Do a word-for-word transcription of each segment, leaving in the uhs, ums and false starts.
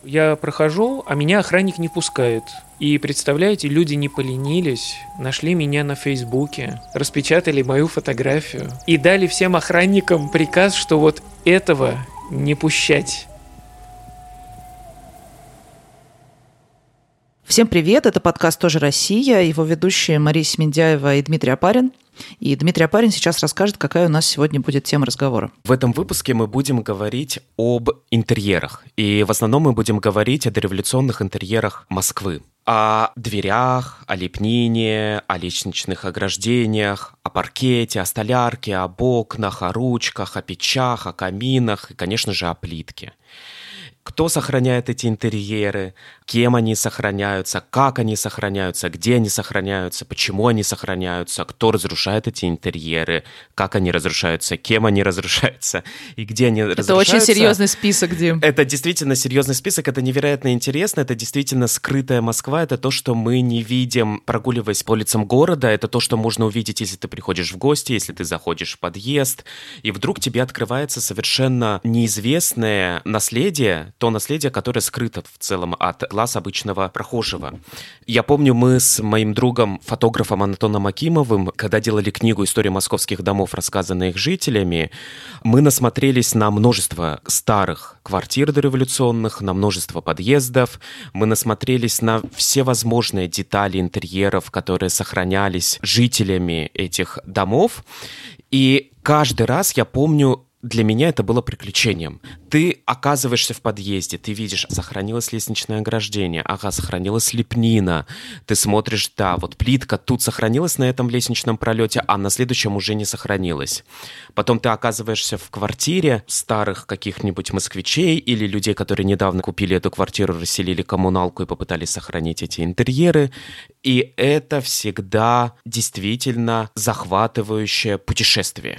Я прохожу, а меня охранник не пускает. И представляете, люди не поленились, нашли меня на Фейсбуке, распечатали мою фотографию и дали всем охранникам приказ, что вот этого не пущать. Всем привет, это подкаст «Тоже Россия», его ведущие Мария Семендяева и Дмитрий Опарин. И Дмитрий Опарин сейчас расскажет, какая у нас сегодня будет тема разговора. В этом выпуске мы будем говорить об интерьерах. И в основном мы будем говорить о дореволюционных интерьерах Москвы. О дверях, о лепнине, о лестничных ограждениях, о паркете, о столярке, об окнах, о ручках, о печах, о каминах и, конечно же, о плитке. Кто сохраняет эти интерьеры, кем они сохраняются, как они сохраняются, где они сохраняются, почему они сохраняются, кто разрушает эти интерьеры, как они разрушаются, кем они разрушаются и где они это разрушаются. Это очень серьезный список, Дим. Это действительно серьезный список, это невероятно интересно, это действительно скрытая Москва, это то, что мы не видим, прогуливаясь по улицам города, это то, что можно увидеть, если ты приходишь в гости, если ты заходишь в подъезд, и вдруг тебе открывается совершенно неизвестное наследие, то наследие, которое скрыто в целом от глаз обычного прохожего. Я помню, мы с моим другом, фотографом Антоном Акимовым, когда делали книгу «История московских домов», рассказанная их жителями, мы насмотрелись на множество старых квартир дореволюционных, на множество подъездов, мы насмотрелись на все возможные детали интерьеров, которые сохранялись жителями этих домов, и каждый раз я помню, для меня это было приключением. Ты оказываешься в подъезде, ты видишь, сохранилось лестничное ограждение, ага, сохранилась лепнина. Ты смотришь, да, вот плитка тут сохранилась на этом лестничном пролете, а на следующем уже не сохранилась. Потом ты оказываешься в квартире старых каких-нибудь москвичей или людей, которые недавно купили эту квартиру, расселили коммуналку и попытались сохранить эти интерьеры. И это всегда действительно захватывающее путешествие.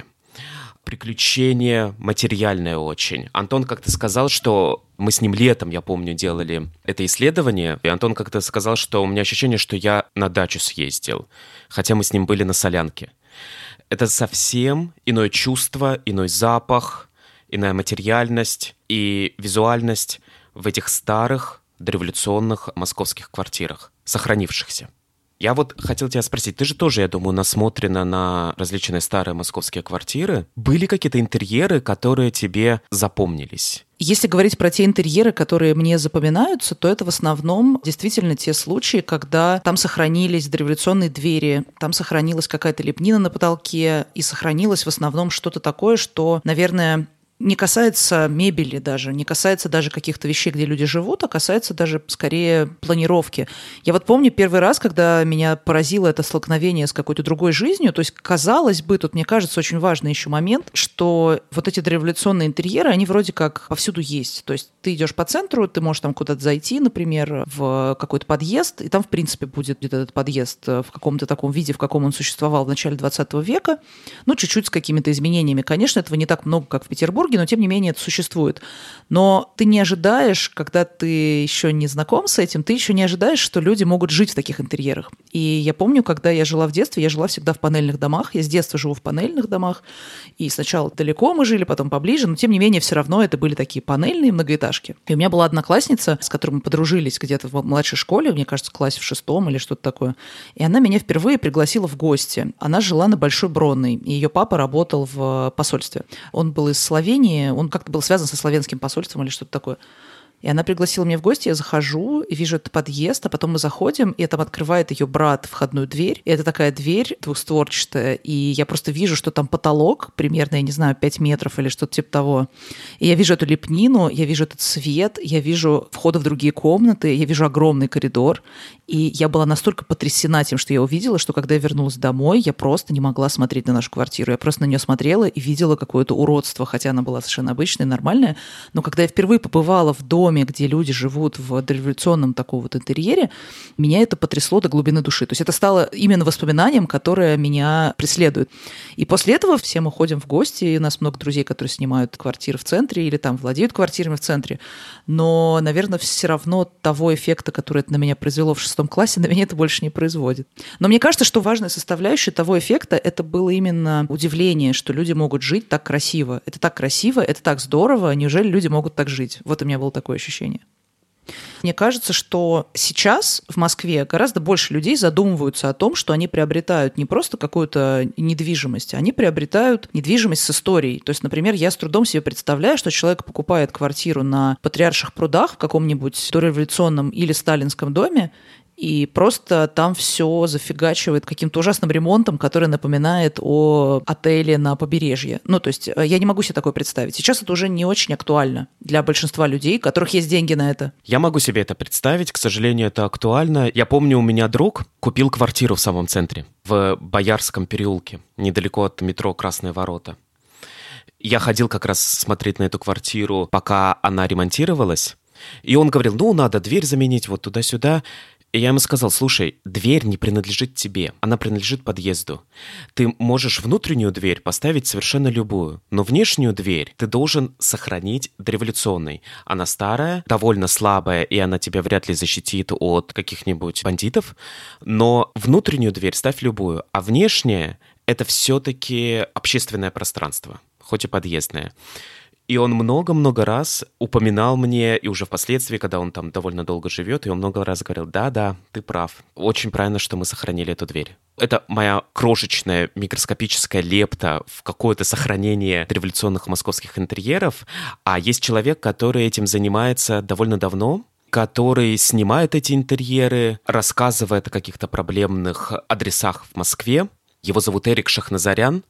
Приключение материальное очень. Антон как-то сказал, что мы с ним летом, я помню, делали это исследование, и Антон как-то сказал, что у меня ощущение, что я на дачу съездил, хотя мы с ним были на Солянке. Это совсем иное чувство, иной запах, иная материальность и визуальность в этих старых дореволюционных московских квартирах, сохранившихся. Я вот хотел тебя спросить, ты же тоже, я думаю, насмотрена на различные старые московские квартиры. Были какие-то интерьеры, которые тебе запомнились? Если говорить про те интерьеры, которые мне запоминаются, то это в основном действительно те случаи, когда там сохранились дореволюционные двери, там сохранилась какая-то лепнина на потолке, и сохранилось в основном что-то такое, что, наверное, не касается мебели даже, не касается даже каких-то вещей, где люди живут, а касается даже скорее планировки. Я вот помню первый раз, когда меня поразило это столкновение с какой-то другой жизнью, то есть, казалось бы, тут, мне кажется, очень важный еще момент, что вот эти дореволюционные интерьеры, они вроде как повсюду есть. То есть ты идешь по центру, ты можешь там куда-то зайти, например, в какой-то подъезд, и там, в принципе, будет этот подъезд в каком-то таком виде, в каком он существовал в начале двадцатого века, ну, чуть-чуть с какими-то изменениями. Конечно, этого не так много, как в Петербурге, но тем не менее это существует. Но ты не ожидаешь, когда ты еще не знаком с этим, ты еще не ожидаешь, что люди могут жить в таких интерьерах. И я помню, когда я жила в детстве, я жила всегда в панельных домах, я с детства живу в панельных домах, и сначала далеко мы жили, потом поближе, но тем не менее все равно это были такие панельные многоэтажки. И у меня была одноклассница, с которой мы подружились где-то в младшей школе, мне кажется, в классе в шестом или что-то такое, и она меня впервые пригласила в гости. Она жила на Большой Бронной, и ее папа работал в посольстве. Он был из Словении, он как-то был связан со славянским посольством или что-то такое. И она пригласила меня в гости, я захожу, и вижу этот подъезд, а потом мы заходим, и там открывает ее брат входную дверь. И это такая дверь двухстворчатая, и я просто вижу, что там потолок примерно, я не знаю, пять метров или что-то типа того. И я вижу эту лепнину, я вижу этот свет, я вижу входы в другие комнаты, я вижу огромный коридор. И я была настолько потрясена тем, что я увидела, что когда я вернулась домой, я просто не могла смотреть на нашу квартиру. Я просто на нее смотрела и видела какое-то уродство, хотя она была совершенно обычная, нормальная. Но когда я впервые побывала в доме, где люди живут в дореволюционном таком вот интерьере, меня это потрясло до глубины души. То есть это стало именно воспоминанием, которое меня преследует. И после этого все мы ходим в гости, и у нас много друзей, которые снимают квартиры в центре или там владеют квартирами в центре. Но, наверное, все равно того эффекта, который это на меня произвело в шестом классе, на меня это больше не производит. Но мне кажется, что важная составляющая того эффекта это было именно удивление, что люди могут жить так красиво. Это так красиво, это так здорово, неужели люди могут так жить? Вот у меня было такое ощущение. Мне кажется, что сейчас в Москве гораздо больше людей задумываются о том, что они приобретают не просто какую-то недвижимость, они приобретают недвижимость с историей. То есть, например, я с трудом себе представляю, что человек покупает квартиру на Патриарших прудах в каком-нибудь дореволюционном или сталинском доме, и просто там все зафигачивает каким-то ужасным ремонтом, который напоминает о отеле на побережье. Ну, то есть я не могу себе такое представить. Сейчас это уже не очень актуально для большинства людей, у которых есть деньги на это. Я могу себе это представить, к сожалению, это актуально. Я помню, у меня друг купил квартиру в самом центре, в Боярском переулке, недалеко от метро «Красные ворота». Я ходил как раз смотреть на эту квартиру, пока она ремонтировалась, и он говорил, ну, надо дверь заменить вот туда-сюда. И я ему сказал, слушай, дверь не принадлежит тебе, она принадлежит подъезду. Ты можешь внутреннюю дверь поставить совершенно любую, но внешнюю дверь ты должен сохранить дореволюционной. Она старая, довольно слабая, и она тебя вряд ли защитит от каких-нибудь бандитов, но внутреннюю дверь ставь любую, а внешняя — это все-таки общественное пространство, хоть и подъездное. И он много-много раз упоминал мне, и уже впоследствии, когда он там довольно долго живет, и он много раз говорил, да-да, ты прав, очень правильно, что мы сохранили эту дверь. Это моя крошечная микроскопическая лепта в какое-то сохранение революционных московских интерьеров, а есть человек, который этим занимается довольно давно, который снимает эти интерьеры, рассказывает о каких-то проблемных адресах в Москве. Его зовут Эрик Шахназарян,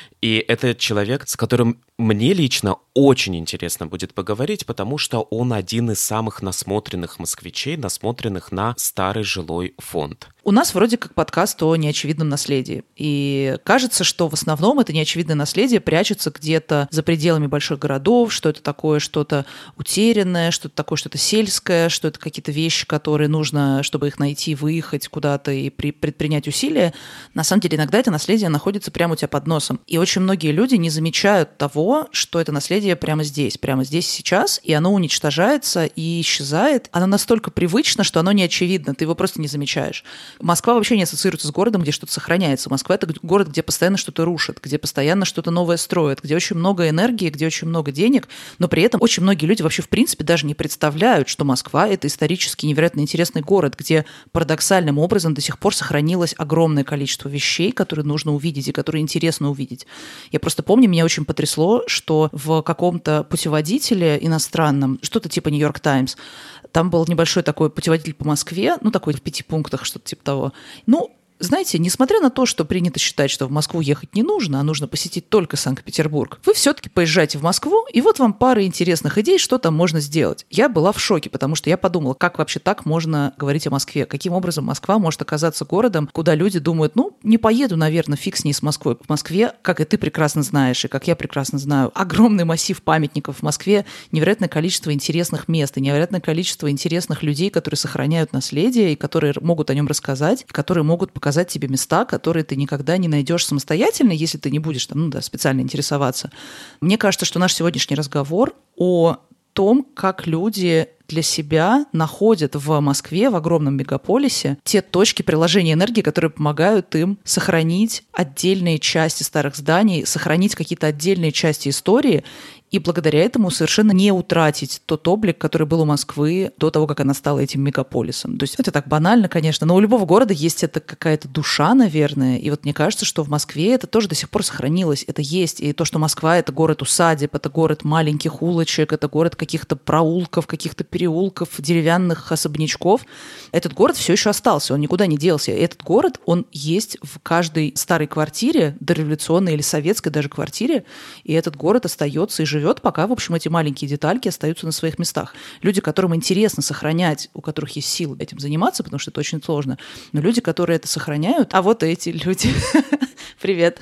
и это человек, с которым мне лично очень интересно будет поговорить, потому что он один из самых насмотренных москвичей, насмотренных на старый жилой фонд. У нас вроде как подкаст о неочевидном наследии. И кажется, что в основном это неочевидное наследие прячется где-то за пределами больших городов, что это такое что-то утерянное, что-то такое что-то сельское, что это какие-то вещи, которые нужно, чтобы их найти, выехать куда-то и при- предпринять усилия. На самом деле иногда это наследие находится прямо у тебя под носом. И очень многие люди не замечают того, что это наследие прямо здесь, прямо здесь сейчас, и оно уничтожается и исчезает. Оно настолько привычно, что оно не очевидно, ты его просто не замечаешь. Москва вообще не ассоциируется с городом, где что-то сохраняется. Москва — это город, где постоянно что-то рушат, где постоянно что-то новое строят, где очень много энергии, где очень много денег, но при этом очень многие люди вообще в принципе даже не представляют, что Москва — это исторически невероятно интересный город, где парадоксальным образом до сих пор сохранилось огромное количество вещей, которые нужно увидеть и которые интересно увидеть. Я просто помню, меня очень потрясло, что в каком-то путеводителе иностранном, что-то типа «Нью-Йорк Таймс», там был небольшой такой путеводитель по Москве, ну, такой в пяти пунктах, что-то типа того. Ну, знаете, несмотря на то, что принято считать, что в Москву ехать не нужно, а нужно посетить только Санкт-Петербург, вы все-таки поезжаете в Москву, и вот вам пара интересных идей, что там можно сделать. Я была в шоке, потому что я подумала, как вообще так можно говорить о Москве, каким образом Москва может оказаться городом, куда люди думают, ну, не поеду, наверное, фиг с ней с Москвой. В Москве, как и ты прекрасно знаешь, и как я прекрасно знаю, огромный массив памятников. В Москве невероятное количество интересных мест и невероятное количество интересных людей, которые сохраняют наследие и которые могут о нем рассказать, которые могут показать показать тебе места, которые ты никогда не найдешь самостоятельно, если ты не будешь там, ну да, специально интересоваться. Мне кажется, что наш сегодняшний разговор о том, как люди для себя находят в Москве, в огромном мегаполисе, те точки приложения энергии, которые помогают им сохранить отдельные части старых зданий, сохранить какие-то отдельные части истории и благодаря этому совершенно не утратить тот облик, который был у Москвы до того, как она стала этим мегаполисом. То есть это так банально, конечно, но у любого города есть это какая-то душа, наверное, и вот мне кажется, что в Москве это тоже до сих пор сохранилось, это есть, и то, что Москва — это город усадеб, это город маленьких улочек, это город каких-то проулков, каких-то переулков, деревянных особнячков, этот город все еще остался, он никуда не делся. И этот город, он есть в каждой старой квартире, дореволюционной или советской даже квартире, и этот город остается и живет живет, пока, в общем, эти маленькие детальки остаются на своих местах. Люди, которым интересно сохранять, у которых есть силы этим заниматься, потому что это очень сложно, но люди, которые это сохраняют, а вот эти люди. Привет.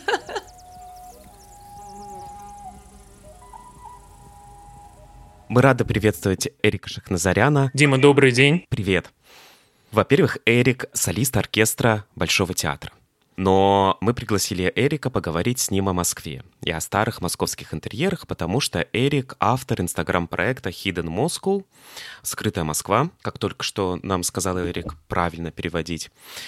Мы рады приветствовать Эрика Шахназаряна. Дима, добрый день. Привет. Во-первых, Эрик — солист оркестра Большого театра. Но мы пригласили Эрика поговорить с ним о Москве и о старых московских интерьерах, потому что Эрик — автор инстаграм-проекта Hidden Moscow, «Скрытая Москва», как только что нам сказал Эрик правильно переводить.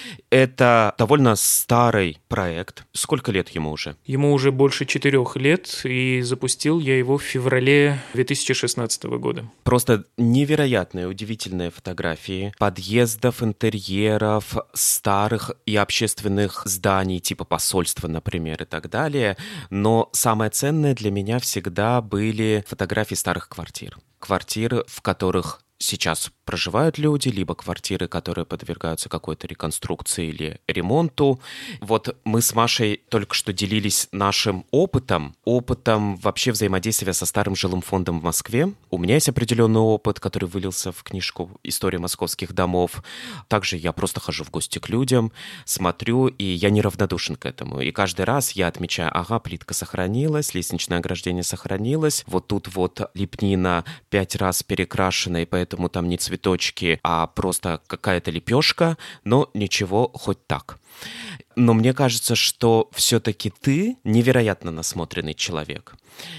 Это довольно старый проект. Сколько лет ему уже? Ему уже больше четырех лет, и запустил я его в феврале две тысячи шестнадцатого года. Просто невероятные, удивительные фотографии подъездов, интерьеров, старых и общественных зданий, типа посольства, например, и так далее. Но самое ценное для меня всегда были фотографии старых квартир. Квартир, в которых сейчас проживают люди, либо квартиры, которые подвергаются какой-то реконструкции или ремонту. Вот мы с Машей только что делились нашим опытом, опытом вообще взаимодействия со старым жилым фондом в Москве. У меня есть определенный опыт, который вылился в книжку «История московских домов». Также я просто хожу в гости к людям, смотрю, и я неравнодушен к этому. И каждый раз я отмечаю, ага, плитка сохранилась, лестничное ограждение сохранилось, вот тут вот лепнина пять раз перекрашена, и поэтому там не цветочки, а просто какая-то лепешка, но ничего, хоть так. Но мне кажется, что все-таки ты невероятно насмотренный человек.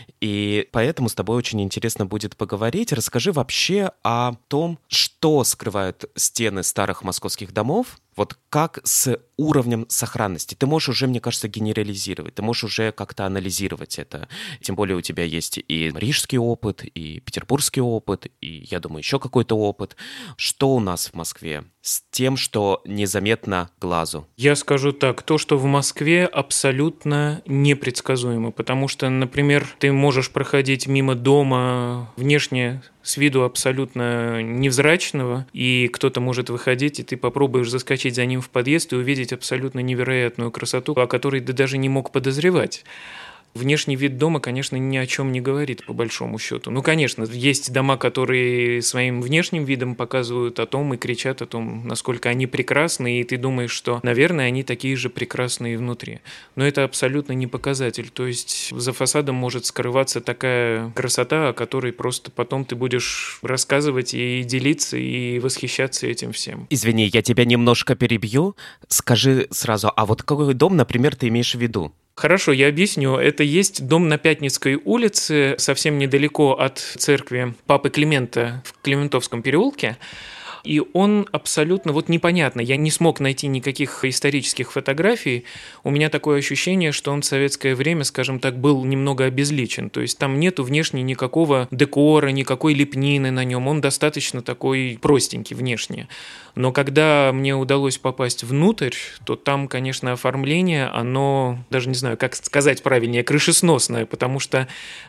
И поэтому с тобой очень интересно будет поговорить. Расскажи вообще о том, что скрывают стены старых московских домов. Вот как с уровнем сохранности? Ты можешь уже, мне кажется, генерализировать, ты можешь уже как-то анализировать это. Тем более у тебя есть и рижский опыт, и петербургский опыт, и, я думаю, еще какой-то опыт. Что у нас в Москве с тем, что незаметно глазу? Я скажу так, то, что в Москве абсолютно непредсказуемо, потому что, например, ты можешь проходить мимо дома внешне с виду абсолютно невзрачного, и кто-то может выходить, и ты попробуешь заскочить за ним в подъезд и увидеть абсолютно невероятную красоту, о которой ты даже не мог подозревать. Внешний вид дома, конечно, ни о чем не говорит, по большому счету. Ну, конечно, есть дома, которые своим внешним видом показывают о том и кричат о том, насколько они прекрасны, и ты думаешь, что, наверное, они такие же прекрасные внутри. Но это абсолютно не показатель. То есть за фасадом может скрываться такая красота, о которой просто потом ты будешь рассказывать и делиться, и восхищаться этим всем. Извини, я тебя немножко перебью. Скажи сразу, а вот какой дом, например, ты имеешь в виду? Хорошо, я объясню. Это есть дом на Пятницкой улице, совсем недалеко от церкви Папы Климента в Климентовском переулке. И он абсолютно вот непонятно. Я не смог найти никаких исторических фотографий. У меня такое ощущение, что он в советское время, скажем так, был немного обезличен. То есть там нету внешне никакого декора, никакой лепнины на нем. Он достаточно такой простенький внешне. Но когда мне удалось попасть внутрь, то там, конечно, оформление, оно, даже не знаю, как сказать правильнее, крышесносное, потому что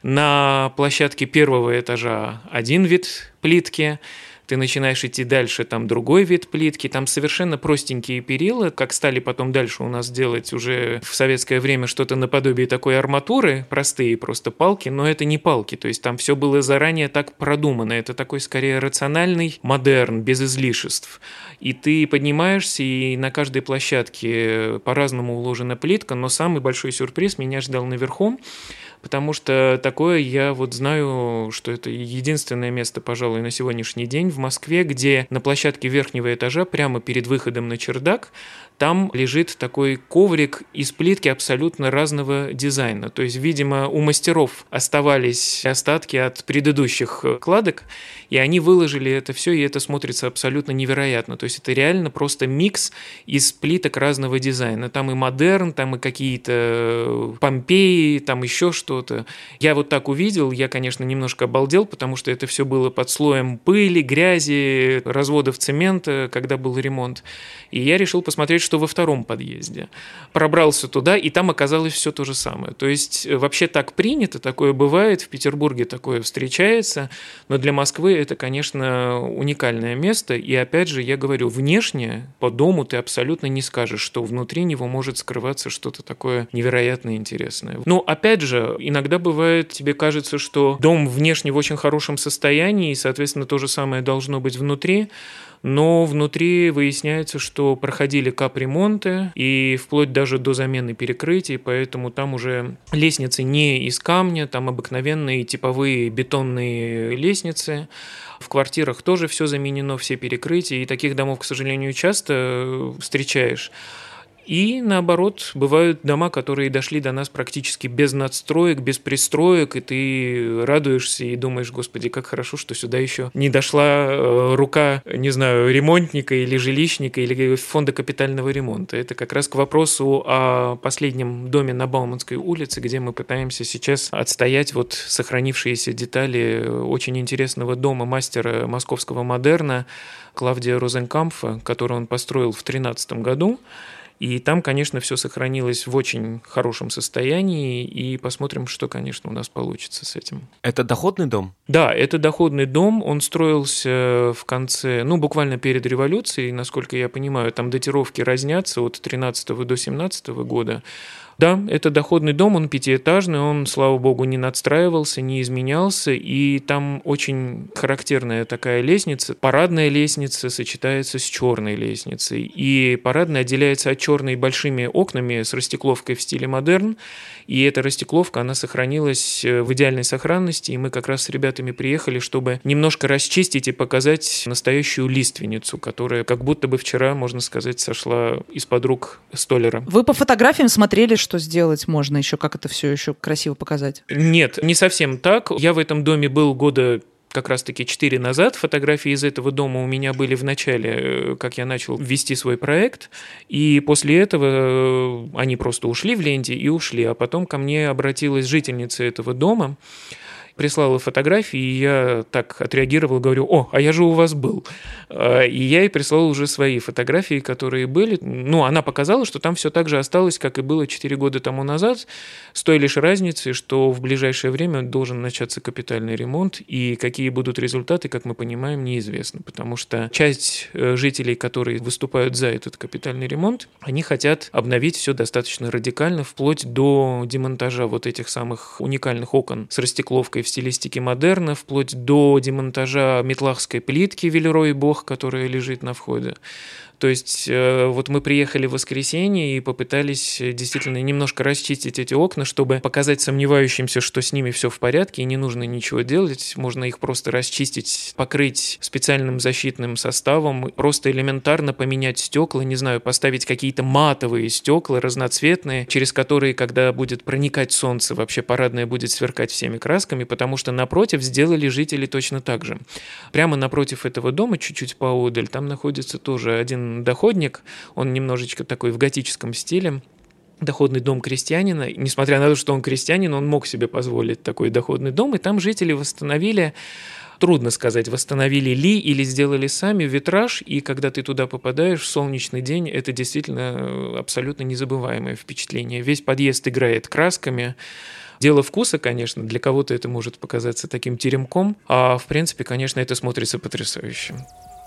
на площадке первого этажа один вид плитки, ты начинаешь идти дальше, там другой вид плитки, там совершенно простенькие перила, как стали потом дальше у нас делать уже в советское время что-то наподобие такой арматуры, простые просто палки, но это не палки, то есть там все было заранее так продумано, это такой скорее рациональный модерн, без излишеств. И ты поднимаешься, и на каждой площадке по-разному уложена плитка, но самый большой сюрприз меня ждал наверху, потому что такое я вот знаю, что это единственное место, пожалуй, на сегодняшний день в Москве, где на площадке верхнего этажа, прямо перед выходом на чердак, там лежит такой коврик из плитки абсолютно разного дизайна. То есть, видимо, у мастеров оставались остатки от предыдущих кладок, и они выложили это все, и это смотрится абсолютно невероятно. То есть это реально просто микс из плиток разного дизайна. Там и модерн, там и какие-то Помпеи, там еще что-то. Я вот так увидел, я, конечно, немножко обалдел, потому что это все было под слоем пыли, грязи, разводов цемента, когда был ремонт. И я решил посмотреть, что во втором подъезде. Пробрался туда, и там оказалось все то же самое. То есть вообще так принято, такое бывает, в Петербурге такое встречается, но для Москвы это, конечно, уникальное место. И опять же, я говорю, внешне по дому ты абсолютно не скажешь, что внутри него может скрываться что-то такое невероятно интересное. Но опять же, иногда бывает, тебе кажется, что дом внешне в очень хорошем состоянии, и, соответственно, то же самое должно быть внутри. Но внутри выясняется, что проходили капремонты и вплоть даже до замены перекрытий, поэтому там уже лестницы не из камня, там обыкновенные типовые бетонные лестницы. В квартирах тоже все заменено, все перекрытия, и таких домов, к сожалению, часто встречаешь. И наоборот, бывают дома, которые дошли до нас практически без надстроек, без пристроек, и ты радуешься и думаешь, господи, как хорошо, что сюда еще не дошла рука, не знаю, ремонтника или жилищника, или фонда капитального ремонта. Это как раз к вопросу о последнем доме на Бауманской улице, где мы пытаемся сейчас отстоять вот сохранившиеся детали очень интересного дома мастера московского модерна Клавдия Розенкампфа, который он построил в тринадцатом году. И там, конечно, все сохранилось в очень хорошем состоянии, и посмотрим, что, конечно, у нас получится с этим. Это доходный дом? Да, это доходный дом, он строился в конце, ну, буквально перед революцией, насколько я понимаю, там датировки разнятся от тринадцатого до семнадцатого года. Да, это доходный дом, он пятиэтажный, он, слава богу, не надстраивался, не изменялся, и там очень характерная такая лестница. Парадная лестница сочетается с черной лестницей, и парадная отделяется от черной большими окнами с растекловкой в стиле модерн, и эта растекловка, она сохранилась в идеальной сохранности, и мы как раз с ребятами приехали, чтобы немножко расчистить и показать настоящую лиственницу, которая как будто бы вчера, можно сказать, сошла из-под рук столяра. Вы по фотографиям смотрели, что сделать можно еще, как это все еще красиво показать? Нет, не совсем так. Я в этом доме был года как раз-таки четыре назад. Фотографии из этого дома у меня были в начале, как я начал вести свой проект, и после этого они просто ушли в ленте и ушли, а потом ко мне обратилась жительница этого дома, прислала фотографии, и я так отреагировал, говорю: о, а я же у вас был. И я ей прислал уже свои фотографии, которые были. Ну, она показала, что там все так же осталось, как и было четыре года тому назад, с той лишь разницей, что в ближайшее время должен начаться капитальный ремонт, и какие будут результаты, как мы понимаем, неизвестно, потому что часть жителей, которые выступают за этот капитальный ремонт, они хотят обновить все достаточно радикально, вплоть до демонтажа вот этих самых уникальных окон с растекловкой в стилистике модерна, вплоть до демонтажа метлахской плитки Велерой Бог, которая лежит на входе. То есть вот мы приехали в воскресенье и попытались действительно немножко расчистить эти окна, чтобы показать сомневающимся, что с ними все в порядке и не нужно ничего делать. Можно их просто расчистить, покрыть специальным защитным составом, просто элементарно поменять стекла, не знаю, поставить какие-то матовые стекла разноцветные, через которые, когда будет проникать солнце, вообще парадное будет сверкать всеми красками, потому что напротив сделали жители точно так же. Прямо напротив этого дома, чуть-чуть поодаль, там находится тоже один доходник, он немножечко такой в готическом стиле, доходный дом крестьянина. Несмотря на то, что он крестьянин, он мог себе позволить такой доходный дом, и там жители восстановили, трудно сказать, восстановили ли или сделали сами витраж, и когда ты туда попадаешь в солнечный день, это действительно абсолютно незабываемое впечатление. Весь подъезд играет красками. Дело вкуса, конечно, для кого-то это может показаться таким теремком, а в принципе, конечно, это смотрится потрясающе.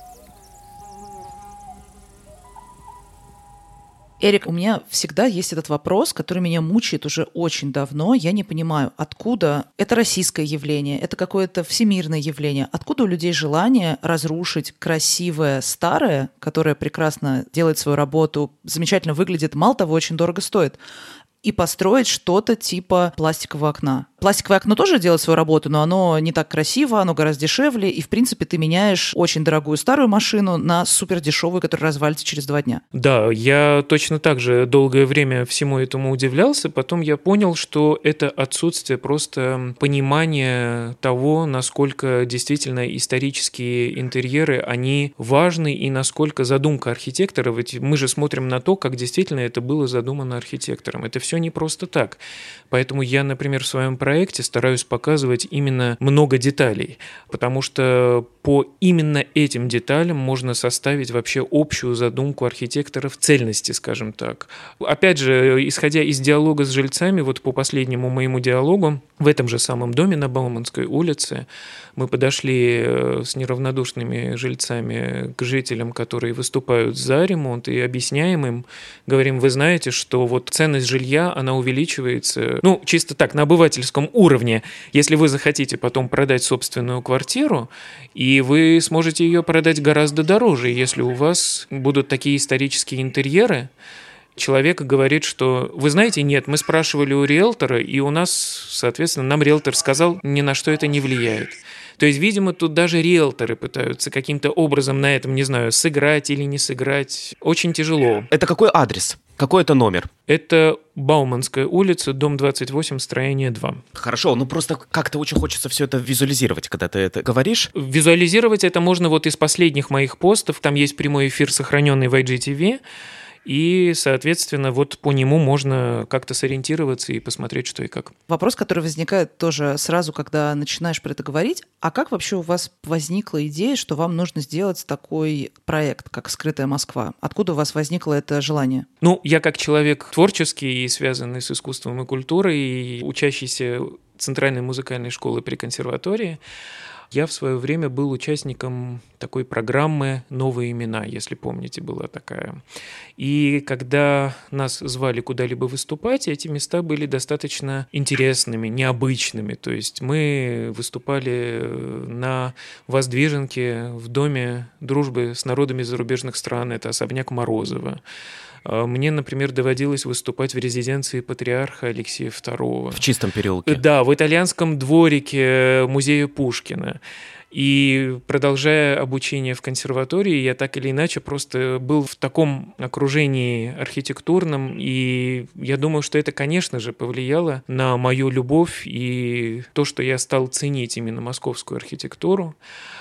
Эрик, у меня всегда есть этот вопрос, который меня мучает уже очень давно. Я не понимаю, откуда это российское явление, это какое-то всемирное явление, откуда у людей желание разрушить красивое старое, которое прекрасно делает свою работу, замечательно выглядит, мало того, очень дорого стоит, и построить что-то типа пластикового окна. Пластиковое окно тоже делает свою работу, но оно не так красиво, оно гораздо дешевле, и, в принципе, ты меняешь очень дорогую старую машину на супердешевую, которая развалится через два дня. Да, я точно так же долгое время всему этому удивлялся, потом я понял, что это отсутствие просто понимания того, насколько действительно исторические интерьеры, они важны, и насколько задумка архитектора, ведь мы же смотрим на то, как действительно это было задумано архитектором. Это все не просто так. Поэтому я, например, в своем проекте стараюсь показывать именно много деталей, потому что по именно этим деталям можно составить вообще общую задумку архитектора в цельности, скажем так. Опять же, исходя из диалога с жильцами, вот по последнему моему диалогу, в этом же самом доме на Бауманской улице мы подошли с неравнодушными жильцами к жителям, которые выступают за ремонт, и объясняем им, говорим: вы знаете, что вот ценность жилья, она увеличивается, ну, чисто так, на обывательском уровне. Если вы захотите потом продать собственную квартиру, и вы сможете ее продать гораздо дороже, если у вас будут такие исторические интерьеры. Человек говорит, что, вы знаете, нет, мы спрашивали у риэлтора, и у нас, соответственно, нам риэлтор сказал, ни на что это не влияет. То есть, видимо, тут даже риэлторы пытаются каким-то образом на этом, не знаю, сыграть или не сыграть. Очень тяжело. Это какой адрес? Какой это номер? Это Бауманская улица, дом двадцать восемь, строение два. Хорошо, ну просто как-то очень хочется все это визуализировать, когда ты это говоришь. Визуализировать это можно вот из последних моих постов. Там есть прямой эфир, сохраненный в ай джи ти ви. И, соответственно, вот по нему можно как-то сориентироваться и посмотреть, что и как. Вопрос, который возникает тоже сразу, когда начинаешь про это говорить, а как вообще у вас возникла идея, что вам нужно сделать такой проект, как «Скрытая Москва»? Откуда у вас возникло это желание? Ну, я как человек творческий и связанный с искусством и культурой, и учащийся Центральной музыкальной школы при консерватории, я в свое время был участником такой программы «Новые имена», если помните, была такая. И когда нас звали куда-либо выступать, эти места были достаточно интересными, необычными. То есть мы выступали на Воздвиженке в Доме дружбы с народами зарубежных стран, это особняк Морозова. Мне, например, доводилось выступать в резиденции патриарха Алексея второго. В Чистом переулке. Да, в итальянском дворике музея Пушкина. И продолжая обучение в консерватории, я так или иначе просто был в таком окружении архитектурном, и я думаю, что это, конечно же, повлияло на мою любовь и то, что я стал ценить именно московскую архитектуру.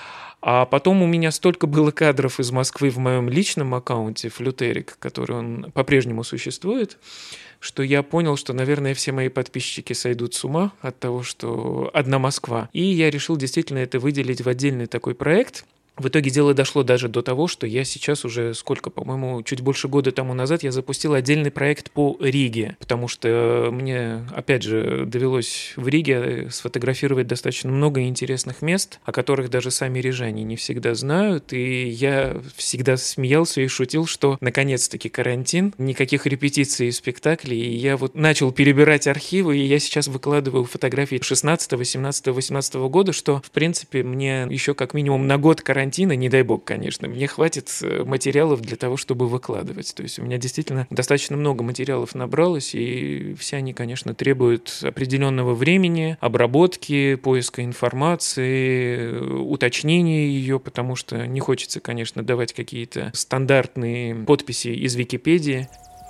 А потом у меня столько было кадров из Москвы в моем личном аккаунте Флютерик, который он по-прежнему существует, что я понял, что, наверное, все мои подписчики сойдут с ума от того, что одна Москва. И я решил действительно это выделить в отдельный такой проект. В итоге дело дошло даже до того, что я сейчас уже, сколько, по-моему, чуть больше года тому назад я запустил отдельный проект по Риге, потому что мне, опять же, довелось в Риге сфотографировать достаточно много интересных мест, о которых даже сами рижане не всегда знают, и я всегда смеялся и шутил, что наконец-таки карантин, никаких репетиций и спектаклей, и я вот начал перебирать архивы, и я сейчас выкладываю фотографии шестнадцатого, семнадцатого, восемнадцатого года, что, в принципе, мне еще как минимум на год карантина, не дай бог, конечно, мне хватит материалов для того, чтобы выкладывать. То есть у меня действительно достаточно много материалов набралось, и все они, конечно, требуют определенного времени, обработки, поиска информации, уточнения ее, потому что не хочется, конечно, давать какие-то стандартные подписи из Википедии.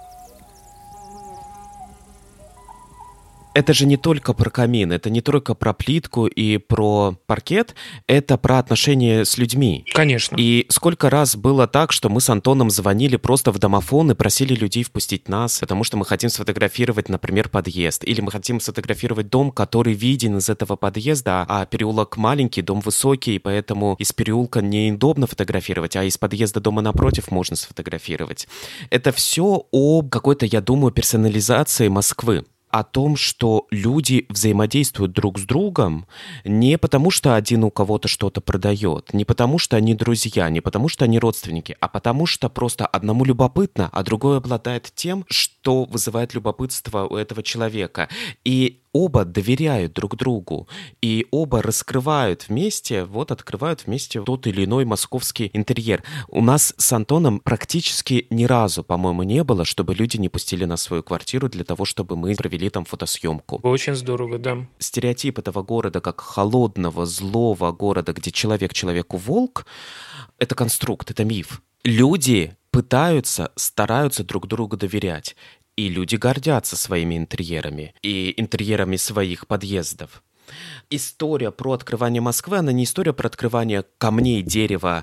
Это же не только про камин, это не только про плитку и про паркет, это про отношения с людьми. Конечно. И сколько раз было так, что мы с Антоном звонили просто в домофон и просили людей впустить нас, потому что мы хотим сфотографировать, например, подъезд, или мы хотим сфотографировать дом, который виден из этого подъезда, а переулок маленький, дом высокий, и поэтому из переулка неудобно фотографировать, а из подъезда дома напротив можно сфотографировать. Это все о какой-то, я думаю, персонализации Москвы. О том, что люди взаимодействуют друг с другом не потому, что один у кого-то что-то продает, не потому, что они друзья, не потому, что они родственники, а потому, что просто одному любопытно, а другой обладает тем, что вызывает любопытство у этого человека. И оба доверяют друг другу, и оба раскрывают вместе, вот открывают вместе тот или иной московский интерьер. У нас с Антоном практически ни разу, по-моему, не было, чтобы люди не пустили нас в свою квартиру для того, чтобы мы провели там фотосъемку. Очень здорово, да. Стереотип этого города как холодного, злого города, где человек человеку волк, это конструкт, это миф. Люди пытаются, стараются друг другу доверять. И люди гордятся своими интерьерами и интерьерами своих подъездов. История про открывание Москвы, она не история про открывание камней, дерева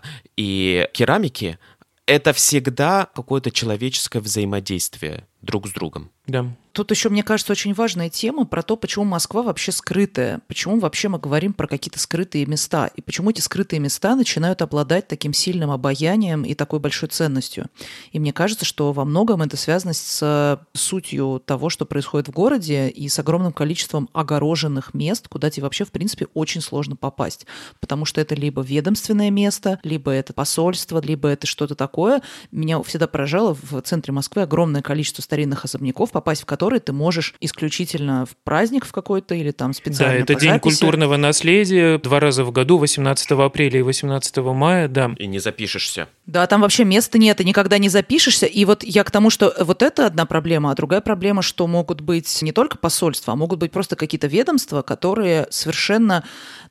и керамики. Это всегда какое-то человеческое взаимодействие друг с другом. Да. Тут еще, мне кажется, очень важная тема про то, почему Москва вообще скрытая, почему вообще мы говорим про какие-то скрытые места, и почему эти скрытые места начинают обладать таким сильным обаянием и такой большой ценностью. И мне кажется, что во многом это связано с сутью того, что происходит в городе, и с огромным количеством огороженных мест, куда тебе вообще, в принципе, очень сложно попасть, потому что это либо ведомственное место, либо это посольство, либо это что-то такое. Меня всегда поражало в центре Москвы огромное количество старинных особняков, попасть в которые ты можешь исключительно в праздник в какой-то или там специально. Да, это по День записи. Культурного наследия два раза в году, восемнадцатого апреля и восемнадцатого мая, да. И не запишешься. Да, там вообще места нет, и никогда не запишешься. И вот я к тому, что вот это одна проблема, а другая проблема, что могут быть не только посольства, а могут быть просто какие-то ведомства, которые совершенно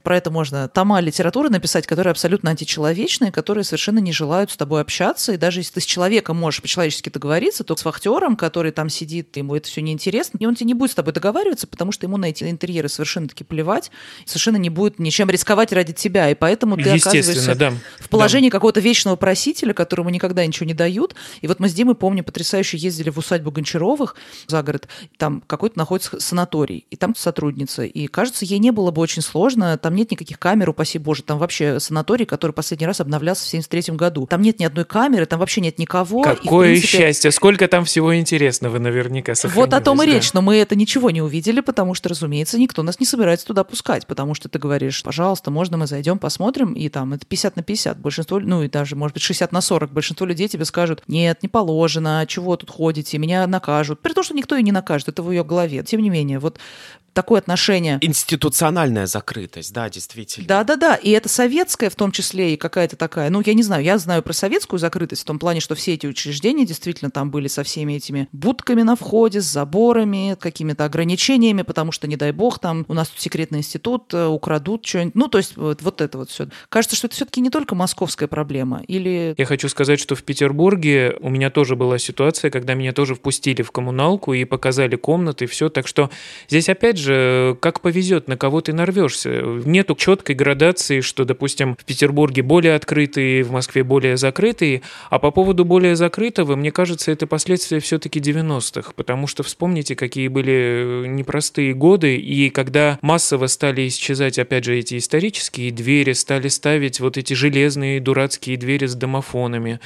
Про это можно тома литературы написать, которые абсолютно античеловечные, которые совершенно не желают с тобой общаться. И даже если ты с человеком можешь по-человечески договориться, то с вахтером, который там сидит, ему это все неинтересно, и он тебе не будет с тобой договариваться, потому что ему на эти интерьеры совершенно-таки плевать, совершенно не будет ничем рисковать ради тебя. И поэтому ты оказываешься да. в положении да. какого-то вечного просителя, которому никогда ничего не дают. И вот мы с Димой, помню, потрясающе ездили в усадьбу Гончаровых за город, там какой-то находится санаторий, и там сотрудница. И, кажется, ей не было бы очень сложно, там нет никаких камер, упаси боже, там вообще санаторий, который последний раз обновлялся в семьдесят третьем году. Там нет ни одной камеры, там вообще нет никого. Какое и, принципе... счастье! Сколько там всего интересного наверняка сохранилось. Вот о том и да. речь, но мы это ничего не увидели, потому что, разумеется, никто нас не собирается туда пускать, потому что ты говоришь, пожалуйста, можно мы зайдем, посмотрим, и там это пятьдесят на пятьдесят. Большинство, ну и даже, может быть, шестьдесят на сорок. Большинство людей тебе скажут, нет, не положено, чего тут ходите, меня накажут. При том, что никто ее не накажет, это в ее голове. Тем не менее, вот такое отношение. Институциональная закрытость, да, действительно. Да-да-да, и это советская в том числе, и какая-то такая, ну, я не знаю, я знаю про советскую закрытость в том плане, что все эти учреждения действительно там были со всеми этими будками на входе, с заборами, какими-то ограничениями, потому что, не дай бог, там у нас тут секретный институт, украдут что-нибудь. Ну, то есть вот, вот это вот все. Кажется, что это все-таки не только московская проблема, или... Я хочу сказать, что в Петербурге у меня тоже была ситуация, когда меня тоже впустили в коммуналку и показали комнаты, и все, так что здесь опять же как повезет, на кого ты нарвешься. Нету четкой градации, что, допустим, в Петербурге более открытые, в Москве более закрытые, а по поводу более закрытого, мне кажется, это последствия все-таки девяностых, потому что вспомните, какие были непростые годы, и когда массово стали исчезать, опять же, эти исторические двери, стали ставить вот эти железные дурацкие двери с домофонами,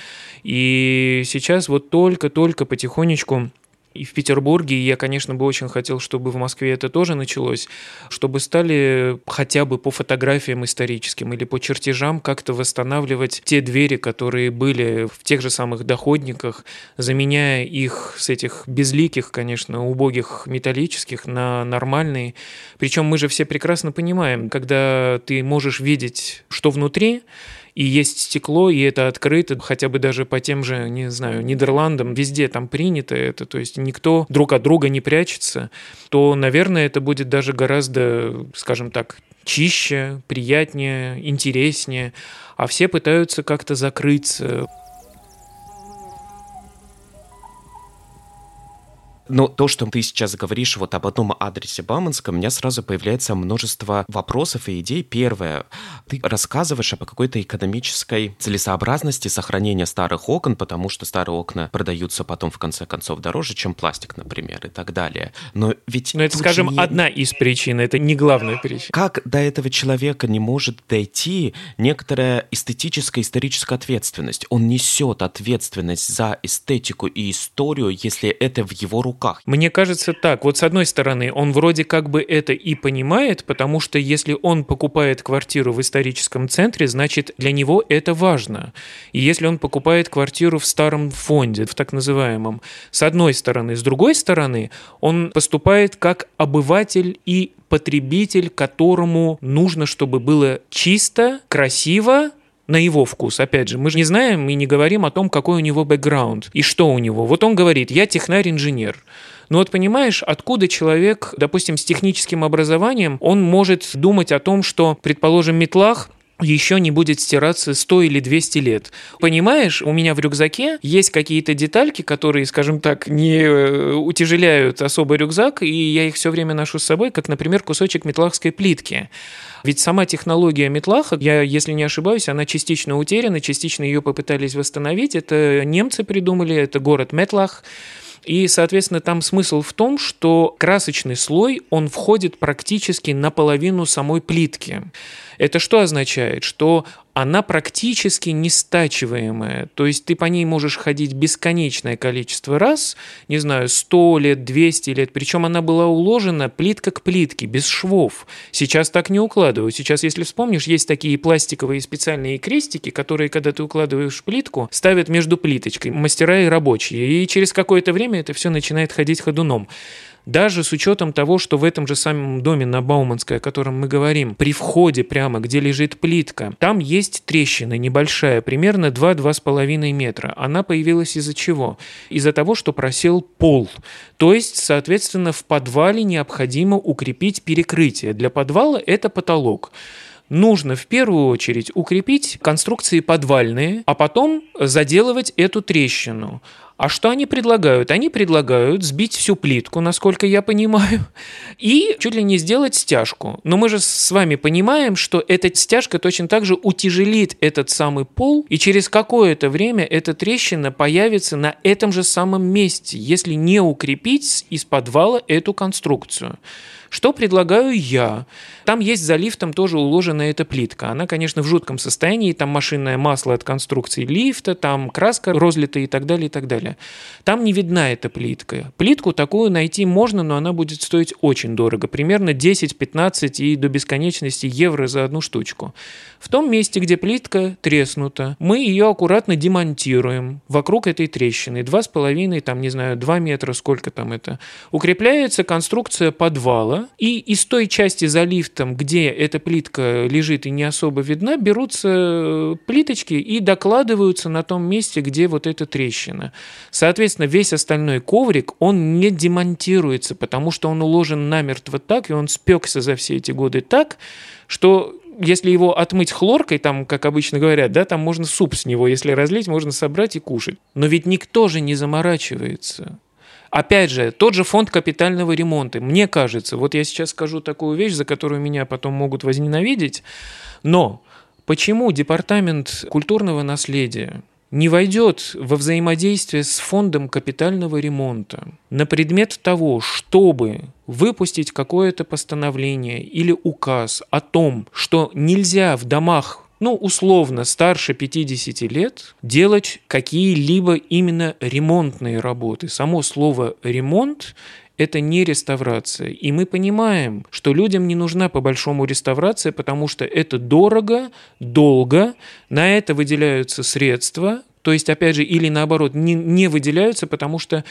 и сейчас вот только-только потихонечку и в Петербурге, и я, конечно, бы очень хотел, чтобы в Москве это тоже началось, чтобы стали хотя бы по фотографиям историческим или по чертежам как-то восстанавливать те двери, которые были в тех же самых доходниках, заменяя их с этих безликих, конечно, убогих металлических на нормальные. Причем мы же все прекрасно понимаем, когда ты можешь видеть, что внутри, и есть стекло, и это открыто, хотя бы даже по тем же, не знаю, Нидерландам, везде там принято это, то есть никто друг от друга не прячется, то, наверное, это будет даже гораздо, скажем так, чище, приятнее, интереснее, а все пытаются как-то закрыться. Но то, что ты сейчас говоришь вот об одном адресе Бауманском, у меня сразу появляется множество вопросов и идей. Первое. Ты рассказываешь об какой-то экономической целесообразности сохранения старых окон, потому что старые окна продаются потом, в конце концов, дороже, чем пластик, например, и так далее. Но ведь... Но это, скажем, не... одна из причин, это не главная причина. Как до этого человека не может дойти некоторая эстетическая, историческая ответственность? Он несет ответственность за эстетику и историю, если это в его руках. Мне кажется так, вот с одной стороны, он вроде как бы это и понимает, потому что если он покупает квартиру в историческом центре, значит для него это важно. И если он покупает квартиру в старом фонде, в так называемом, с одной стороны. С другой стороны, он поступает как обыватель и потребитель, которому нужно, чтобы было чисто, красиво, на его вкус. Опять же, мы же не знаем и не говорим о том, какой у него бэкграунд и что у него. Вот он говорит, я технарь-инженер. Но вот понимаешь, откуда человек, допустим, с техническим образованием, он может думать о том, что, предположим, метлах еще не будет стираться сто или двести лет. Понимаешь, у меня в рюкзаке есть какие-то детальки, которые, скажем так, не утяжеляют особо рюкзак, и я их все время ношу с собой, как, например, кусочек метлахской плитки. Ведь сама технология метлаха, я, если не ошибаюсь, она частично утеряна, частично ее попытались восстановить. Это немцы придумали, это город Метлах. И, соответственно, там смысл в том, что красочный слой, он входит практически наполовину самой плитки. Это что означает? Что она практически нестачиваемая. То есть ты по ней можешь ходить бесконечное количество раз, не знаю, сто лет, двести лет. Причем она была уложена плитка к плитке, без швов. Сейчас так не укладывают. Сейчас, если вспомнишь, есть такие пластиковые специальные крестики, которые, когда ты укладываешь плитку, ставят между плиточкой мастера и рабочие. И через какое-то время это все начинает ходить ходуном. Даже с учетом того, что в этом же самом доме на Бауманской, о котором мы говорим, при входе прямо, где лежит плитка, там есть трещина небольшая, примерно два-два с половиной метра. Она появилась из-за чего? Из-за того, что просел пол. То есть, соответственно, в подвале необходимо укрепить перекрытие. Для подвала это потолок. нужно в первую очередь укрепить конструкции подвальные, а потом заделывать эту трещину. А что они предлагают? Они предлагают сбить всю плитку, насколько я понимаю, и чуть ли не сделать стяжку. Но мы же с вами понимаем, что эта стяжка точно так же утяжелит этот самый пол, и через какое-то время эта трещина появится на этом же самом месте, если не укрепить из подвала эту конструкцию. Что предлагаю я? Там есть за лифтом тоже уложена эта плитка. Она, конечно, в жутком состоянии. Там машинное масло от конструкции лифта, там краска розлита и так далее, и так далее. Там не видна эта плитка. Плитку такую найти можно, но она будет стоить очень дорого. Примерно десять-пятнадцать и до бесконечности евро за одну штучку. В том месте, где плитка треснута, мы ее аккуратно демонтируем вокруг этой трещины. Два с половиной, там, не знаю, два метра, сколько там это. Укрепляется конструкция подвала, и из той части за лифтом, где эта плитка лежит и не особо видна, берутся плиточки и докладываются на том месте, где вот эта трещина. Соответственно, весь остальной коврик, он не демонтируется, потому что он уложен намертво так, и он спекся за все эти годы так, что если его отмыть хлоркой, там, как обычно говорят, да, там можно суп с него, если разлить, можно собрать и кушать. Но ведь никто же не заморачивается. Опять же, тот же фонд капитального ремонта. Мне кажется, вот я сейчас скажу такую вещь, за которую меня потом могут возненавидеть, но почему департамент культурного наследия не войдет во взаимодействие с фондом капитального ремонта на предмет того, чтобы выпустить какое-то постановление или указ о том, что нельзя в домах, ну, условно, старше пятидесяти лет, делать какие-либо именно ремонтные работы. Само слово «ремонт» – это не реставрация. И мы понимаем, что людям не нужна по-большому реставрация, потому что это дорого, долго, на это выделяются средства, то есть, опять же, или наоборот, не, не выделяются, потому что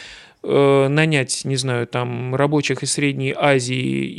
э, нанять, не знаю, там, рабочих из Средней Азии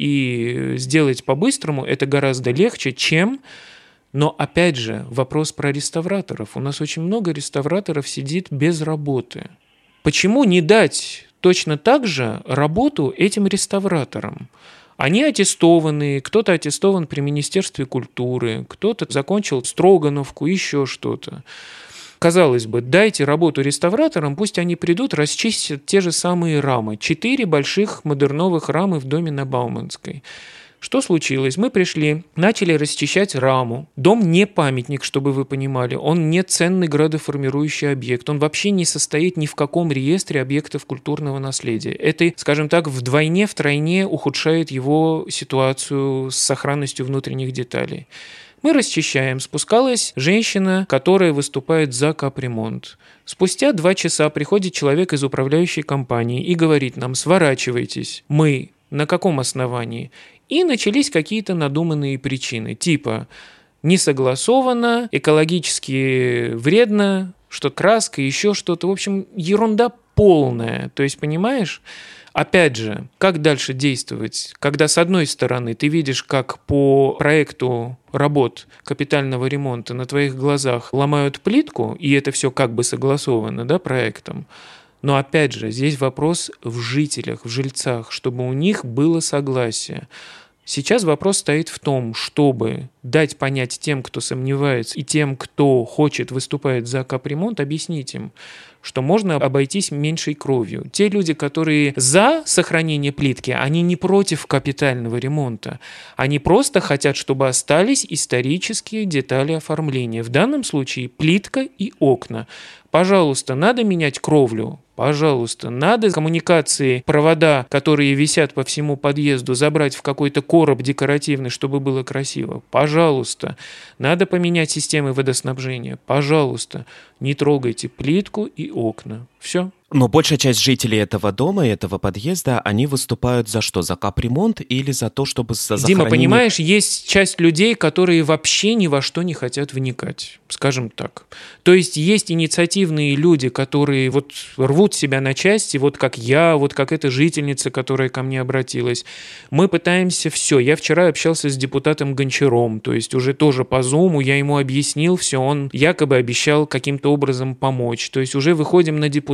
и сделать по-быстрому – это гораздо легче, чем… Но, опять же, вопрос про реставраторов. У нас очень много реставраторов сидит без работы. Почему не дать точно так же работу этим реставраторам? Они аттестованные, кто-то аттестован при Министерстве культуры, кто-то закончил Строгановку, еще что-то. Казалось бы, дайте работу реставраторам, пусть они придут, расчистят те же самые рамы. Четыре больших модерновых рамы в доме на Бауманской. Что случилось? Мы пришли, начали расчищать раму. Дом не памятник, чтобы вы понимали. Он не ценный градоформирующий объект. Он вообще не состоит ни в каком реестре объектов культурного наследия. Это, скажем так, вдвойне, втройне ухудшает его ситуацию с сохранностью внутренних деталей. Мы расчищаем. Спускалась женщина, которая выступает за капремонт. Спустя два часа приходит человек из управляющей компании и говорит нам: сворачивайтесь. Мы на каком основании? И начались какие-то надуманные причины, типа не согласовано, экологически вредно, что краска, еще что-то. В общем, ерунда полная. То есть, понимаешь, опять же, как дальше действовать, когда с одной стороны ты видишь, как по проекту работ капитального ремонта на твоих глазах ломают плитку, и это все как бы согласовано, да, проектом. Но опять же, здесь вопрос в жителях, в жильцах, чтобы у них было согласие. Сейчас вопрос стоит в том, чтобы дать понять тем, кто сомневается, и тем, кто хочет выступать за капремонт, объяснить им, что можно обойтись меньшей кровью. Те люди, которые за сохранение плитки, они не против капитального ремонта. Они просто хотят, чтобы остались исторические детали оформления. В данном случае плитка и окна. Пожалуйста, надо менять кровлю. Пожалуйста, надо коммуникации, провода, которые висят по всему подъезду, забрать в какой-то короб декоративный, чтобы было красиво. Пожалуйста, надо поменять системы водоснабжения. Пожалуйста, не трогайте плитку и окна. Все. Но большая часть жителей этого дома и этого подъезда, они выступают за что? За капремонт или за то, чтобы за Дима, захоронение... понимаешь, есть часть людей, которые вообще ни во что не хотят вникать, скажем так. То есть есть инициативные люди, которые вот рвут себя на части, вот как я, вот как эта жительница, которая ко мне обратилась. Мы пытаемся все. Я вчера общался с депутатом Гончаром, то есть уже тоже по зуму, я ему объяснил все, он якобы обещал каким-то образом помочь. То есть уже выходим на депутатов,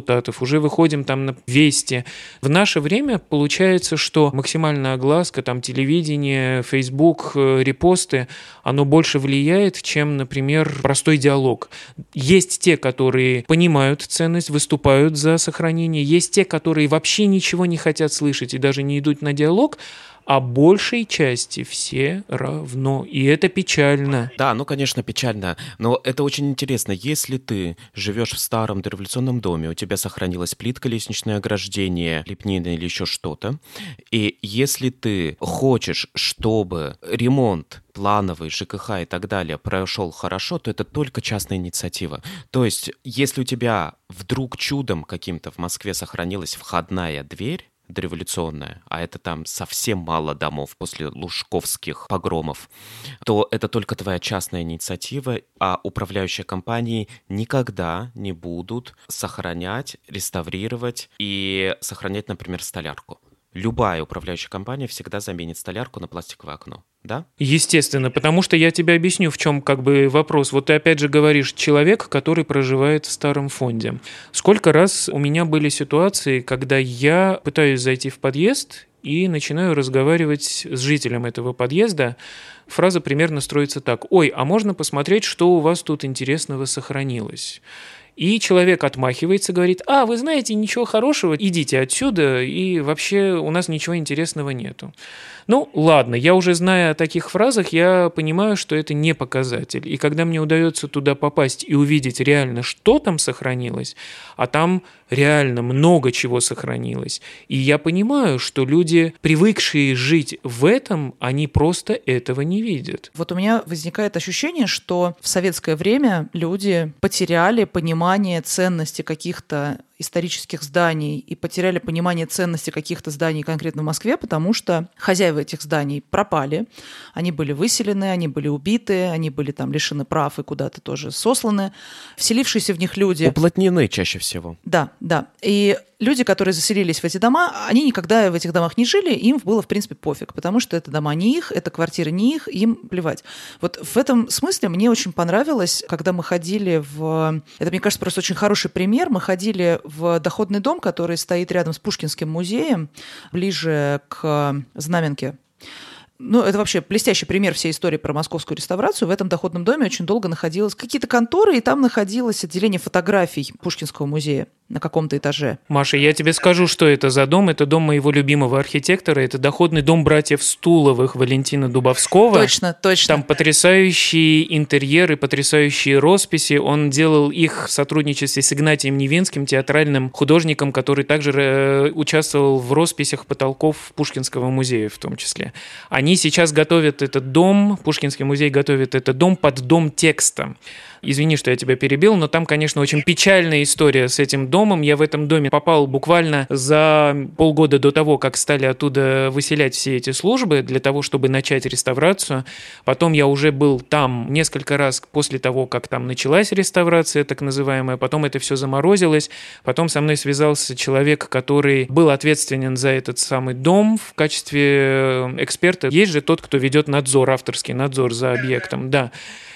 уже выходим там на Вести. В наше время получается, что максимальная огласка, там телевидение, Facebook, репосты, оно больше влияет, чем, например, простой диалог. Есть те, которые понимают ценность, выступают за сохранение, есть те, которые вообще ничего не хотят слышать и даже не идут на диалог, а большей части все равно. И это печально. Да, ну, конечно, печально. Но это очень интересно. Если ты живешь в старом дореволюционном доме, у тебя сохранилась плитка, лестничное ограждение, лепнина или еще что-то, и если ты хочешь, чтобы ремонт плановый, ЖКХ и так далее прошел хорошо, то это только частная инициатива. То есть, если у тебя вдруг чудом каким-то в Москве сохранилась входная дверь, дореволюционная, а это там совсем мало домов после лужковских погромов, то это только твоя частная инициатива, а управляющие компании никогда не будут сохранять, реставрировать и сохранять, например, столярку. Любая управляющая компания всегда заменит столярку на пластиковое окно. Да? Естественно, потому что я тебе объясню, в чем как бы вопрос. Вот ты опять же говоришь, человек, который проживает в старом фонде. Сколько раз у меня были ситуации, когда я пытаюсь зайти в подъезд и начинаю разговаривать с жителем этого подъезда. Фраза примерно строится так: «Ой, а можно посмотреть, что у вас тут интересного сохранилось?» И человек отмахивается, говорит: «А, вы знаете, ничего хорошего, идите отсюда, и вообще у нас ничего интересного нету». Ну, ладно, я уже зная о таких фразах, я понимаю, что это не показатель. И когда мне удается туда попасть и увидеть реально, что там сохранилось, а там реально много чего сохранилось, и я понимаю, что люди, привыкшие жить в этом, они просто этого не видят. Вот у меня возникает ощущение, что в советское время люди потеряли понимание ценности каких-то исторических зданий и потеряли понимание ценности каких-то зданий конкретно в Москве, потому что хозяева этих зданий пропали, они были выселены, они были убиты, они были там лишены прав и куда-то тоже сосланы. Вселившиеся в них люди... Уплотнены чаще всего. Да, да. И люди, которые заселились в эти дома, они никогда в этих домах не жили, им было, в принципе, пофиг, потому что это дома не их, это квартиры не их, им плевать. Вот в этом смысле мне очень понравилось, когда мы ходили в... Это, мне кажется, просто очень хороший пример. Мы ходили в доходный дом, который стоит рядом с Пушкинским музеем, ближе к Знаменке. Ну, это вообще блестящий пример всей истории про московскую реставрацию. В этом доходном доме очень долго находилось какие-то конторы, и там находилось отделение фотографий Пушкинского музея на каком-то этаже. Маша, я тебе скажу, что это за дом. Это дом моего любимого архитектора. Это доходный дом братьев Стуловых Валентина Дубовского. Точно, точно. Там потрясающие интерьеры, потрясающие росписи. Он делал их в сотрудничестве с Игнатием Невинским, театральным художником, который также э, участвовал в росписях потолков Пушкинского музея в том числе. Они сейчас готовят этот дом, Пушкинский музей готовит этот дом под дом текста. Извини, что я тебя перебил, но там, конечно, очень печальная история с этим домом. Я в этом доме попал буквально за полгода до того, как стали оттуда выселять все эти службы для того, чтобы начать реставрацию. Потом я уже был там несколько раз после того, как там началась реставрация, так называемая. Потом это все заморозилось. Потом со мной связался человек, который был ответственен за этот самый дом в качестве эксперта. Есть же тот, кто ведет надзор, авторский надзор за объектом, да.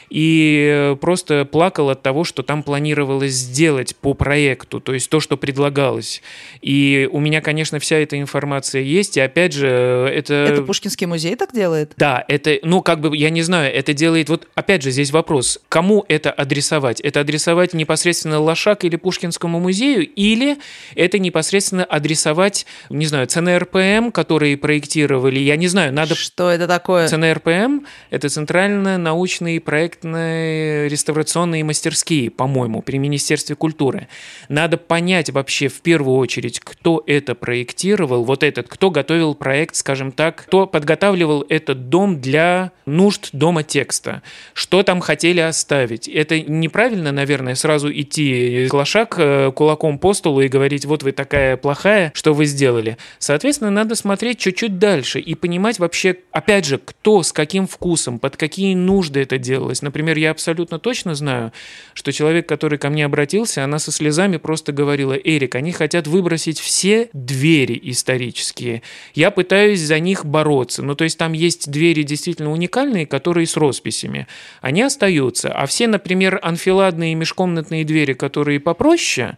И просто плакал от того, что там планировалось сделать по проекту, то есть то, что предлагалось. И у меня, конечно, вся эта информация есть, и опять же, это... Это Пушкинский музей так делает? Да, это, ну, как бы, я не знаю, это делает... Вот, опять же, здесь вопрос, кому это адресовать? Это адресовать непосредственно Лошак или Пушкинскому музею, или это непосредственно адресовать, не знаю, ЦНРПМ, которые проектировали, я не знаю, надо... Что это такое? ЦНРПМ – это Центрально-научный проект реставрационные мастерские, по-моему, при Министерстве культуры. Надо понять вообще в первую очередь, кто это проектировал, вот этот, кто готовил проект, скажем так, кто подготавливал этот дом для нужд дома текста, что там хотели оставить. Это неправильно, наверное, сразу идти к Лошак кулаком по столу и говорить: вот вы такая плохая, что вы сделали. Соответственно, надо смотреть чуть-чуть дальше и понимать вообще, опять же, кто с каким вкусом, под какие нужды это делалось. Например, я абсолютно точно знаю, что человек, который ко мне обратился, она со слезами просто говорила: Эрик, они хотят выбросить все двери исторические. Я пытаюсь за них бороться. Ну, то есть там есть двери действительно уникальные, которые с росписями. Они остаются. А все, например, анфиладные межкомнатные двери, которые попроще,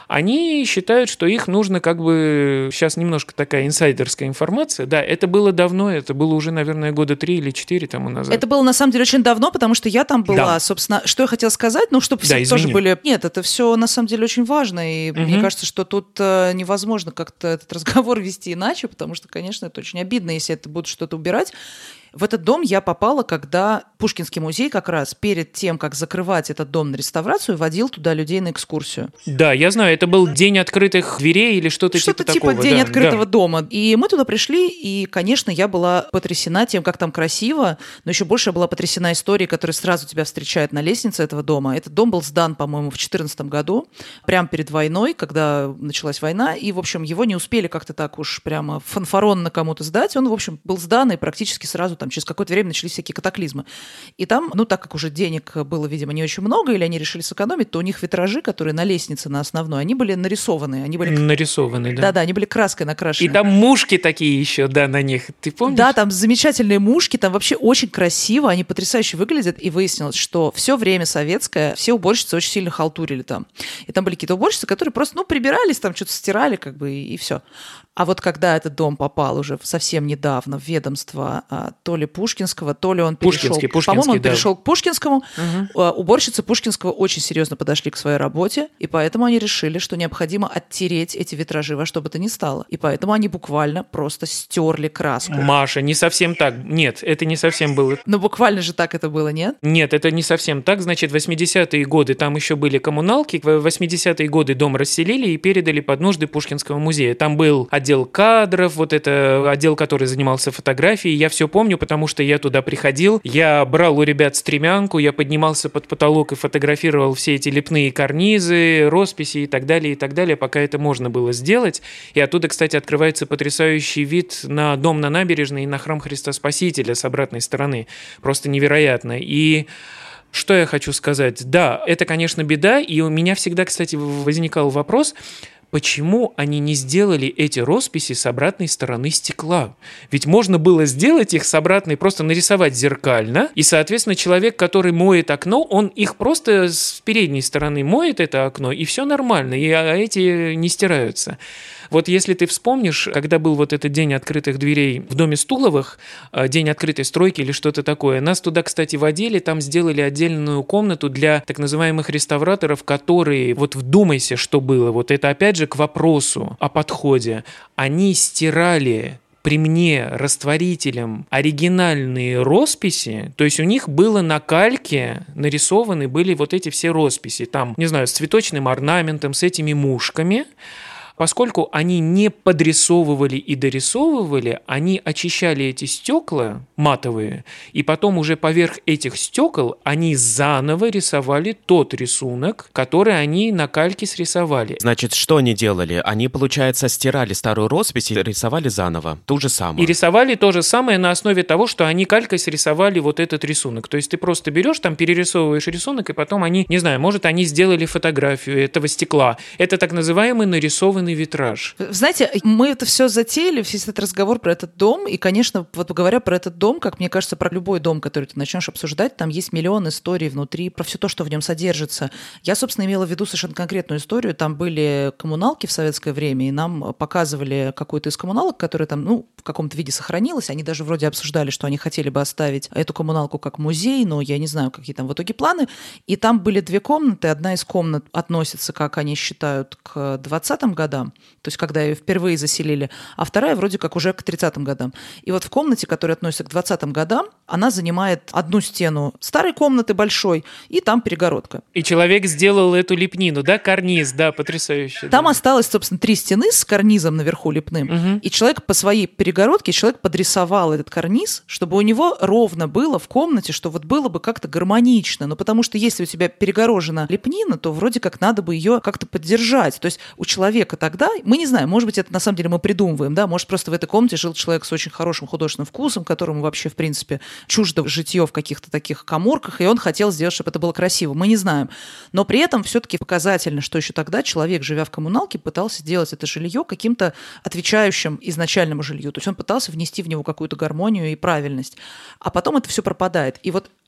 они считают, что их нужно как бы... Сейчас немножко такая инсайдерская информация. Да, это было давно, это было уже, наверное, года три или четыре тому назад. Это было, на самом деле, очень давно, потому что я там была. Да. Собственно, что я хотела сказать, ну, чтобы все Да, тоже были... Нет, это все, на самом деле, очень важно, и угу. мне кажется, что тут э, невозможно как-то этот разговор вести иначе, потому что, конечно, это очень обидно, если это будут что-то убирать. В этот дом я попала, когда Пушкинский музей как раз перед тем, как закрывать этот дом на реставрацию, водил туда людей на экскурсию. Да, я знаю, это был день открытых дверей или что-то, что-то типа типа такого. День да, открытого да. дома. И мы туда пришли, и, конечно, я была потрясена тем, как там красиво, но еще больше я была потрясена историей, которая сразу тебя встречает на лестнице этого дома. Этот дом был сдан, по-моему, в две тысячи четырнадцатом году, прямо перед войной, когда началась война, и, в общем, его не успели как-то так уж прямо фанфаронно кому-то сдать. Он, в общем, был сдан, и практически сразу там через какое-то время начались всякие катаклизмы. И там, ну, так как уже денег было, видимо, не очень много, или они решили сэкономить, то у них витражи, которые на лестнице, на основной, они были нарисованы. Они были... Нарисованы, да. Да-да, они были краской накрашены. И там мушки такие еще, да, на них. Ты помнишь? Да, там замечательные мушки, там вообще очень красиво, они потрясающе выглядят. И выяснилось, что все время советское, все уборщицы очень сильно халтурили там. И там были какие-то уборщицы, которые просто, ну, прибирались, там что-то стирали, как бы, и, и все. А вот когда этот дом попал уже совсем недавно в ведомство а, то ли Пушкинского, то ли он перешел... Пушкинский, Пушкинский, по-моему, он да. перешел к Пушкинскому. Угу. А, уборщицы Пушкинского очень серьезно подошли к своей работе, и поэтому они решили, что необходимо оттереть эти витражи во что бы то ни стало. И поэтому они буквально просто стерли краску. Маша, не совсем так. Нет, это не совсем было. Ну, буквально же так это было, нет? Нет, это не совсем так. Значит, в восьмидесятые годы там еще были коммуналки. В восьмидесятые годы дом расселили и передали под нужды Пушкинского музея. Там был отдел кадров, вот это отдел, который занимался фотографией. Я все помню, потому что я туда приходил. Я брал у ребят стремянку, я поднимался под потолок и фотографировал все эти лепные карнизы, росписи и так далее, и так далее, пока это можно было сделать. И оттуда, кстати, открывается потрясающий вид на дом на набережной и на храм Христа Спасителя с обратной стороны. Просто невероятно. И что я хочу сказать? Да, это, конечно, беда, и у меня всегда, кстати, возникал вопрос, почему они не сделали эти росписи с обратной стороны стекла? Ведь можно было сделать их с обратной, просто нарисовать зеркально, и, соответственно, человек, который моет окно, он их просто с передней стороны моет, это окно, и все нормально, и эти не стираются. Вот если ты вспомнишь, когда был вот этот день открытых дверей в доме Стуловых, день открытой стройки или что-то такое, нас туда, кстати, водили, там сделали отдельную комнату для так называемых реставраторов, которые, вот вдумайся, что было, вот это опять же к вопросу о подходе, они стирали при мне растворителем оригинальные росписи, то есть у них было на кальке нарисованы были вот эти все росписи, там, не знаю, с цветочным орнаментом, с этими мушками. Поскольку они не подрисовывали и дорисовывали, они очищали эти стекла матовые, и потом уже поверх этих стекол они заново рисовали тот рисунок, который они на кальке срисовали. Значит, что они делали? Они, получается, стирали старую роспись и рисовали заново, ту же самую. И рисовали то же самое на основе того, что они калькой срисовали вот этот рисунок. То есть ты просто берешь, там перерисовываешь рисунок, и потом они, не знаю, может, они сделали фотографию этого стекла. Это так называемый нарисованный витраж. Знаете, мы это все затеяли, весь этот разговор про этот дом, и, конечно, вот говоря про этот дом, как мне кажется, про любой дом, который ты начнешь обсуждать, там есть миллион историй внутри, про все то, что в нем содержится. Я, собственно, имела в виду совершенно конкретную историю. Там были коммуналки в советское время, и нам показывали какую-то из коммуналок, которая там, ну, в каком-то виде сохранилась. Они даже вроде обсуждали, что они хотели бы оставить эту коммуналку как музей, но я не знаю, какие там в итоге планы. И там были две комнаты. Одна из комнат относится, как они считают, к двадцатым годам, то есть когда ее впервые заселили, а вторая вроде как уже к тридцатым годам. И вот в комнате, которая относится к двадцатым годам, она занимает одну стену старой комнаты большой, и там перегородка. И человек сделал эту лепнину, да, карниз, да, потрясающе. Там да. осталось, собственно, три стены с карнизом наверху лепным, Угу. и человек по своей перегородке, человек подрисовал этот карниз, чтобы у него ровно было в комнате, что вот было бы как-то гармонично, но потому что если у тебя перегорожена лепнина, то вроде как надо бы ее как-то поддержать. То есть у человека тогда, мы не знаем, может быть, это на самом деле мы придумываем, да, может, просто в этой комнате жил человек с очень хорошим художественным вкусом, которому вообще, в принципе, чуждо житье в каких-то таких каморках, и он хотел сделать, чтобы это было красиво. Мы не знаем. Но при этом все-таки показательно, что еще тогда человек, живя в коммуналке, пытался сделать это жилье каким-то отвечающим изначальному жилью. То есть он пытался внести в него какую-то гармонию и правильность. А потом это все пропадает. И вот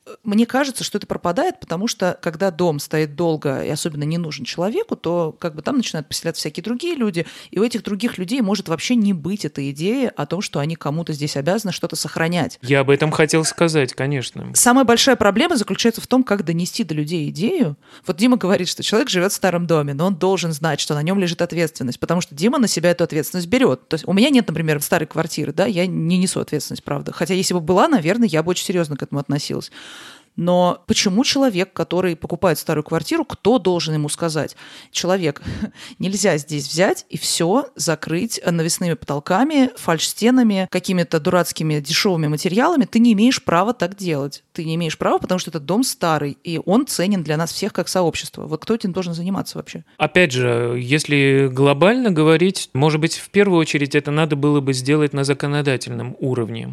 мне кажется, что это пропадает, потому что когда дом стоит долго и особенно не нужен человеку, то как бы там начинают поселяться всякие другие люди, и у этих других людей может вообще не быть этой идеи о том, что они кому-то здесь обязаны что-то сохранять. Я об этом хотел сказать, конечно. Самая большая проблема заключается в том, как донести до людей идею. Вот Дима говорит, что человек живет в старом доме, но он должен знать, что на нем лежит ответственность, потому что Дима на себя эту ответственность берет. То есть у меня нет, например, старой квартиры, да, я не несу ответственность, правда. Хотя если бы была, наверное, я бы очень серьезно к этому относилась. Но почему человек, который покупает старую квартиру, кто должен ему сказать? Человек, нельзя здесь взять и все закрыть навесными потолками, фальш-стенами, какими-то дурацкими дешевыми материалами. Ты не имеешь права так делать. Ты не имеешь права, потому что этот дом старый, и он ценен для нас всех как сообщество. Вот кто этим должен заниматься вообще? Опять же, если глобально говорить, может быть, в первую очередь это надо было бы сделать на законодательном уровне.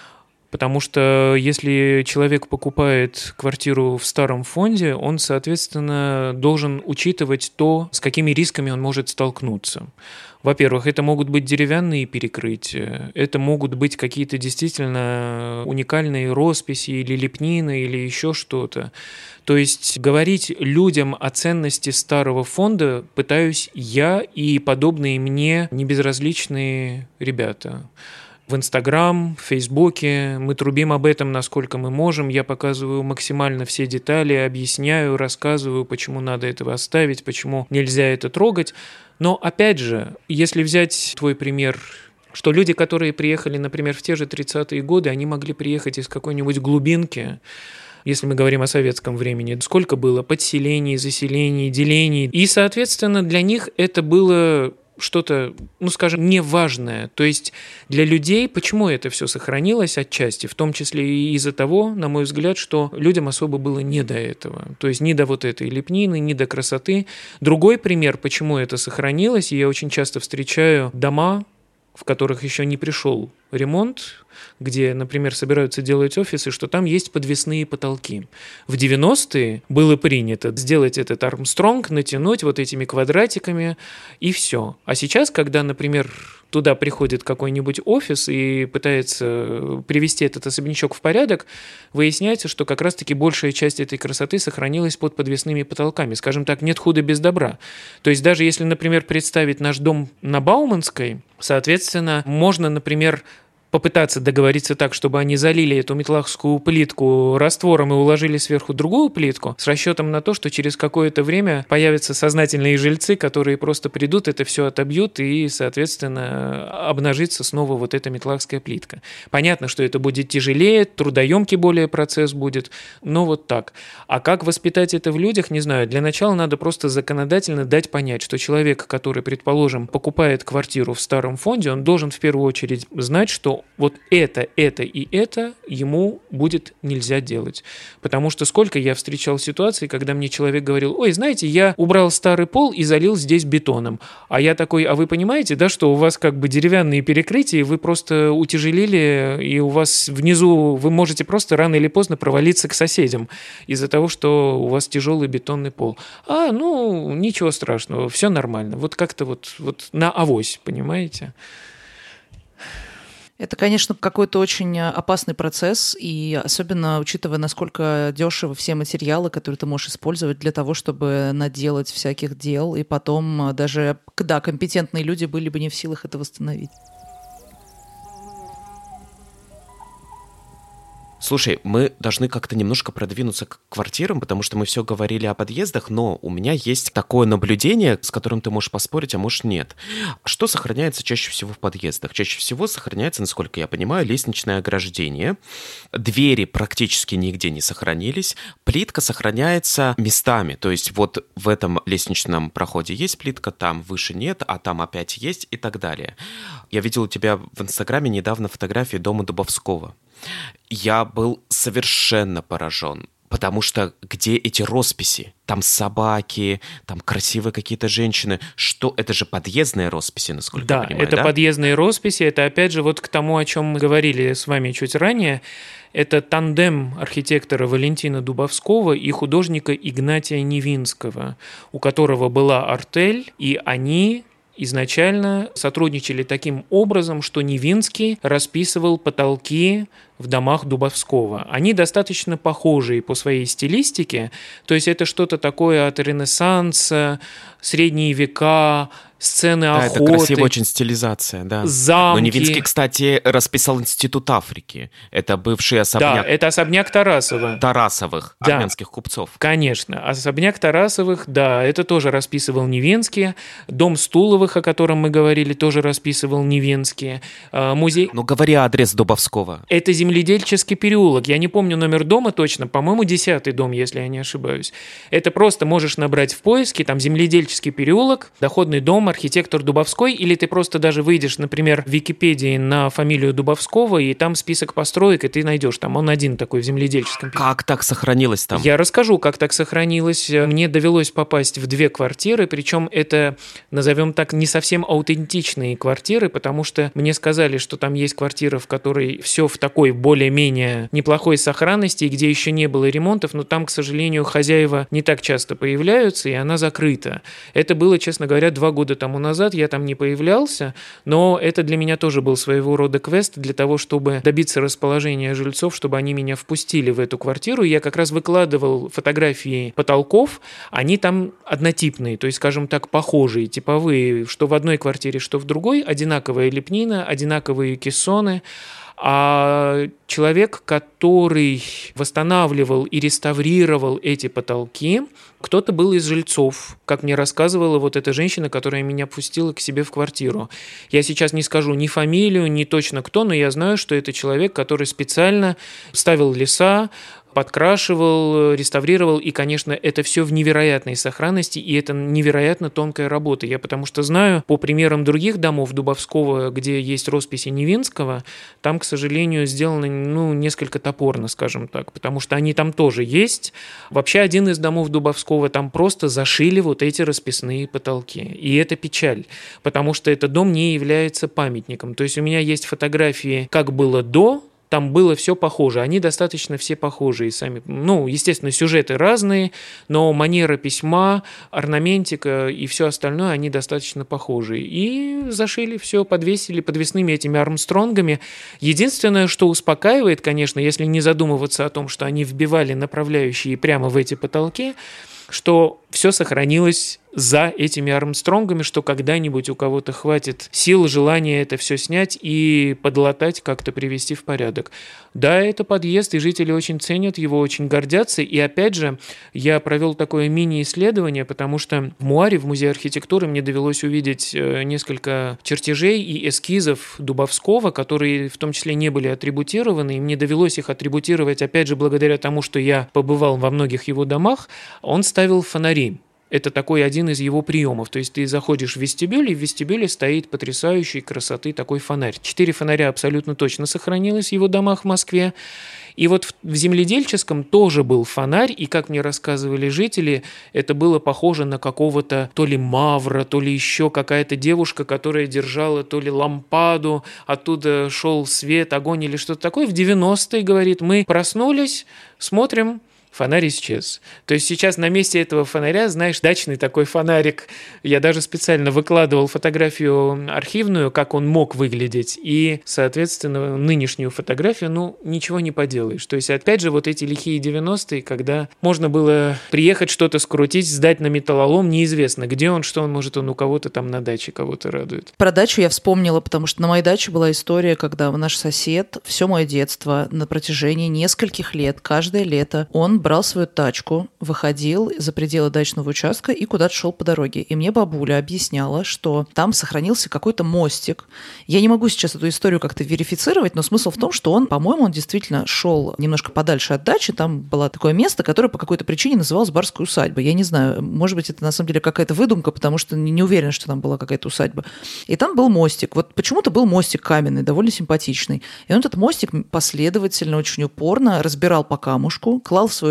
Потому что если человек покупает квартиру в старом фонде, он, соответственно, должен учитывать то, с какими рисками он может столкнуться. Во-первых, это могут быть деревянные перекрытия, это могут быть какие-то действительно уникальные росписи или лепнины, или еще что-то. То есть говорить людям о ценности старого фонда пытаюсь я и подобные мне небезразличные ребята. В Инстаграм, в Фейсбуке мы трубим об этом, насколько мы можем. Я показываю максимально все детали, объясняю, рассказываю, почему надо этого оставить, почему нельзя это трогать. Но опять же, если взять твой пример, что люди, которые приехали, например, в те же тридцатые годы, они могли приехать из какой-нибудь глубинки, если мы говорим о советском времени, сколько было подселений, заселений, делений. И, соответственно, для них это было что-то, ну, скажем, неважное. То есть для людей, почему это все сохранилось отчасти, в том числе и из-за того, на мой взгляд, что людям особо было не до этого. То есть ни до вот этой лепнины, ни до красоты. Другой пример, почему это сохранилось, я очень часто встречаю дома, в которых еще не пришел ремонт, где, например, собираются делать офисы, что там есть подвесные потолки. В девяностые было принято сделать этот Армстронг, натянуть вот этими квадратиками, и все. А сейчас, когда, например, туда приходит какой-нибудь офис и пытается привести этот особнячок в порядок, выясняется, что как раз-таки большая часть этой красоты сохранилась под подвесными потолками. Скажем так, нет худа без добра. То есть даже если, например, представить наш дом на Бауманской, соответственно, можно, например, попытаться договориться так, чтобы они залили эту метлахскую плитку раствором и уложили сверху другую плитку, с расчетом на то, что через какое-то время появятся сознательные жильцы, которые просто придут, это все отобьют и, соответственно, обнажится снова вот эта метлахская плитка. Понятно, что это будет тяжелее, трудоемкий более процесс будет, но вот так. А как воспитать это в людях, не знаю. Для начала надо просто законодательно дать понять, что человек, который, предположим, покупает квартиру в старом фонде, он должен в первую очередь знать, что вот это, это и это ему будет нельзя делать. Потому что сколько я встречал ситуаций, когда мне человек говорил: ой, знаете, я убрал старый пол и залил здесь бетоном. А я такой: а вы понимаете, да, что у вас как бы деревянные перекрытия, вы просто утяжелили, и у вас внизу вы можете просто рано или поздно провалиться к соседям из-за того, что у вас тяжелый бетонный пол. А, ну, ничего страшного, все нормально. Вот как-то вот, вот на авось, понимаете? Это, конечно, какой-то очень опасный процесс, и особенно учитывая, насколько дешевы все материалы, которые ты можешь использовать для того, чтобы наделать всяких дел, и потом даже, да, компетентные люди были бы не в силах это восстановить. Слушай, мы должны как-то немножко продвинуться к квартирам, потому что мы все говорили о подъездах, но у меня есть такое наблюдение, с которым ты можешь поспорить, а можешь нет. Что сохраняется чаще всего в подъездах? Чаще всего сохраняется, насколько я понимаю, лестничное ограждение. Двери практически нигде не сохранились. Плитка сохраняется местами. То есть вот в этом лестничном проходе есть плитка, там выше нет, а там опять есть и так далее. Я видел у тебя в Инстаграме недавно фотографии дома Дубовского. Я был совершенно поражен, потому что где эти росписи? Там собаки, там красивые какие-то женщины. Что? Это же подъездные росписи, насколько да, я понимаю, это да? подъездные росписи. Это опять же вот к тому, о чем мы говорили с вами чуть ранее. Это тандем архитектора Валентина Дубовского и художника Игнатия Невинского, у которого была артель, и они изначально сотрудничали таким образом, что Невинский расписывал потолки в домах Дубовского. Они достаточно похожие по своей стилистике, то есть это что-то такое от Ренессанса, средние века, сцены да, охоты. Это красивая очень стилизация, да. Замки. Но Невинский, кстати, расписал Институт Африки. Это бывший особняк... Да, это особняк Тарасова. Тарасовых, да. армянских купцов. Конечно. Особняк Тарасовых, да, это тоже расписывал Невинский. Дом Стуловых, о котором мы говорили, тоже расписывал Невинский. Музей... Ну, говори адрес Дубовского. Это Земледельческий переулок. Я не помню номер дома точно, по-моему, десятый дом, если я не ошибаюсь. Это просто можешь набрать в поиске, там Земледельческий переулок, доходный дом, архитектор Дубовской, или ты просто даже выйдешь, например, в Википедии на фамилию Дубовского, и там список построек, и ты найдешь, там он один такой в Земледельческом переулке. Как так сохранилось там? Я расскажу, как так сохранилось. Мне довелось попасть в две квартиры, причем это, назовем так, не совсем аутентичные квартиры, потому что мне сказали, что там есть квартира, в которой все в такой более-менее неплохой сохранности, и где еще не было ремонтов, но там, к сожалению, хозяева не так часто появляются, и она закрыта. Это было, честно говоря, два года тому назад, я там не появлялся, но это для меня тоже был своего рода квест для того, чтобы добиться расположения жильцов, чтобы они меня впустили в эту квартиру. Я как раз выкладывал фотографии потолков, они там однотипные, то есть, скажем так, похожие, типовые, что в одной квартире, что в другой, одинаковая лепнина, одинаковые кессоны. А человек, который восстанавливал и реставрировал эти потолки, кто-то был из жильцов, как мне рассказывала вот эта женщина, которая меня пустила к себе в квартиру. Я сейчас не скажу ни фамилию, ни точно кто, но я знаю, что это человек, который специально ставил леса, подкрашивал, реставрировал, и, конечно, это все в невероятной сохранности, и это невероятно тонкая работа. Я потому что знаю, по примерам других домов Дубовского, где есть росписи Невинского, там, к сожалению, сделано, ну, несколько топорно, скажем так, потому что они там тоже есть. Вообще, один из домов Дубовского, там просто зашили вот эти расписные потолки, и это печаль, потому что этот дом не является памятником. То есть у меня есть фотографии, как было до. Там было все похоже, они достаточно все похожие сами. Ну, естественно, сюжеты разные, но манера письма, орнаментика и все остальное, они достаточно похожие. И зашили все, подвесили подвесными этими армстронгами. Единственное, что успокаивает, конечно, если не задумываться о том, что они вбивали направляющие прямо в эти потолки, что все сохранилось за этими армстронгами, что когда-нибудь у кого-то хватит сил, желания это все снять и подлатать, как-то привести в порядок. Да, это подъезд, и жители очень ценят его, очень гордятся. И опять же, я провел такое мини-исследование, потому что в Муаре, в Музее архитектуры, мне довелось увидеть несколько чертежей и эскизов Дубовского, которые в том числе не были атрибутированы, и мне довелось их атрибутировать, опять же, благодаря тому, что я побывал во многих его домах. Он ставил фонари. Это такой один из его приемов. То есть ты заходишь в вестибюль, и в вестибюле стоит потрясающей красоты такой фонарь. Четыре фонаря абсолютно точно сохранилось в его домах в Москве. И вот в Земледельческом тоже был фонарь, и, как мне рассказывали жители, это было похоже на какого-то то ли мавра, то ли еще какая-то девушка, которая держала то ли лампаду, оттуда шел свет, огонь или что-то такое. В девяностые, говорит, мы проснулись, смотрим, фонарь исчез. То есть сейчас на месте этого фонаря, знаешь, дачный такой фонарик. Я даже специально выкладывал фотографию архивную, как он мог выглядеть, и, соответственно, нынешнюю фотографию, ну, ничего не поделаешь. То есть, опять же, вот эти лихие девяностые, когда можно было приехать, что-то скрутить, сдать на металлолом, неизвестно, где он, что он, может, он у кого-то там на даче кого-то радует. Про дачу я вспомнила, потому что на моей даче была история, когда наш сосед все мое детство на протяжении нескольких лет, каждое лето, он брал свою тачку, выходил за пределы дачного участка и куда-то шел по дороге. И мне бабуля объясняла, что там сохранился какой-то мостик. Я не могу сейчас эту историю как-то верифицировать, но смысл в том, что он, по-моему, он действительно шел немножко подальше от дачи. Там было такое место, которое по какой-то причине называлось Барская усадьба. Я не знаю, может быть, это на самом деле какая-то выдумка, потому что не уверена, что там была какая-то усадьба. И там был мостик. Вот почему-то был мостик каменный, довольно симпатичный. И он этот мостик последовательно, очень упорно разбирал по камушку, клал в свою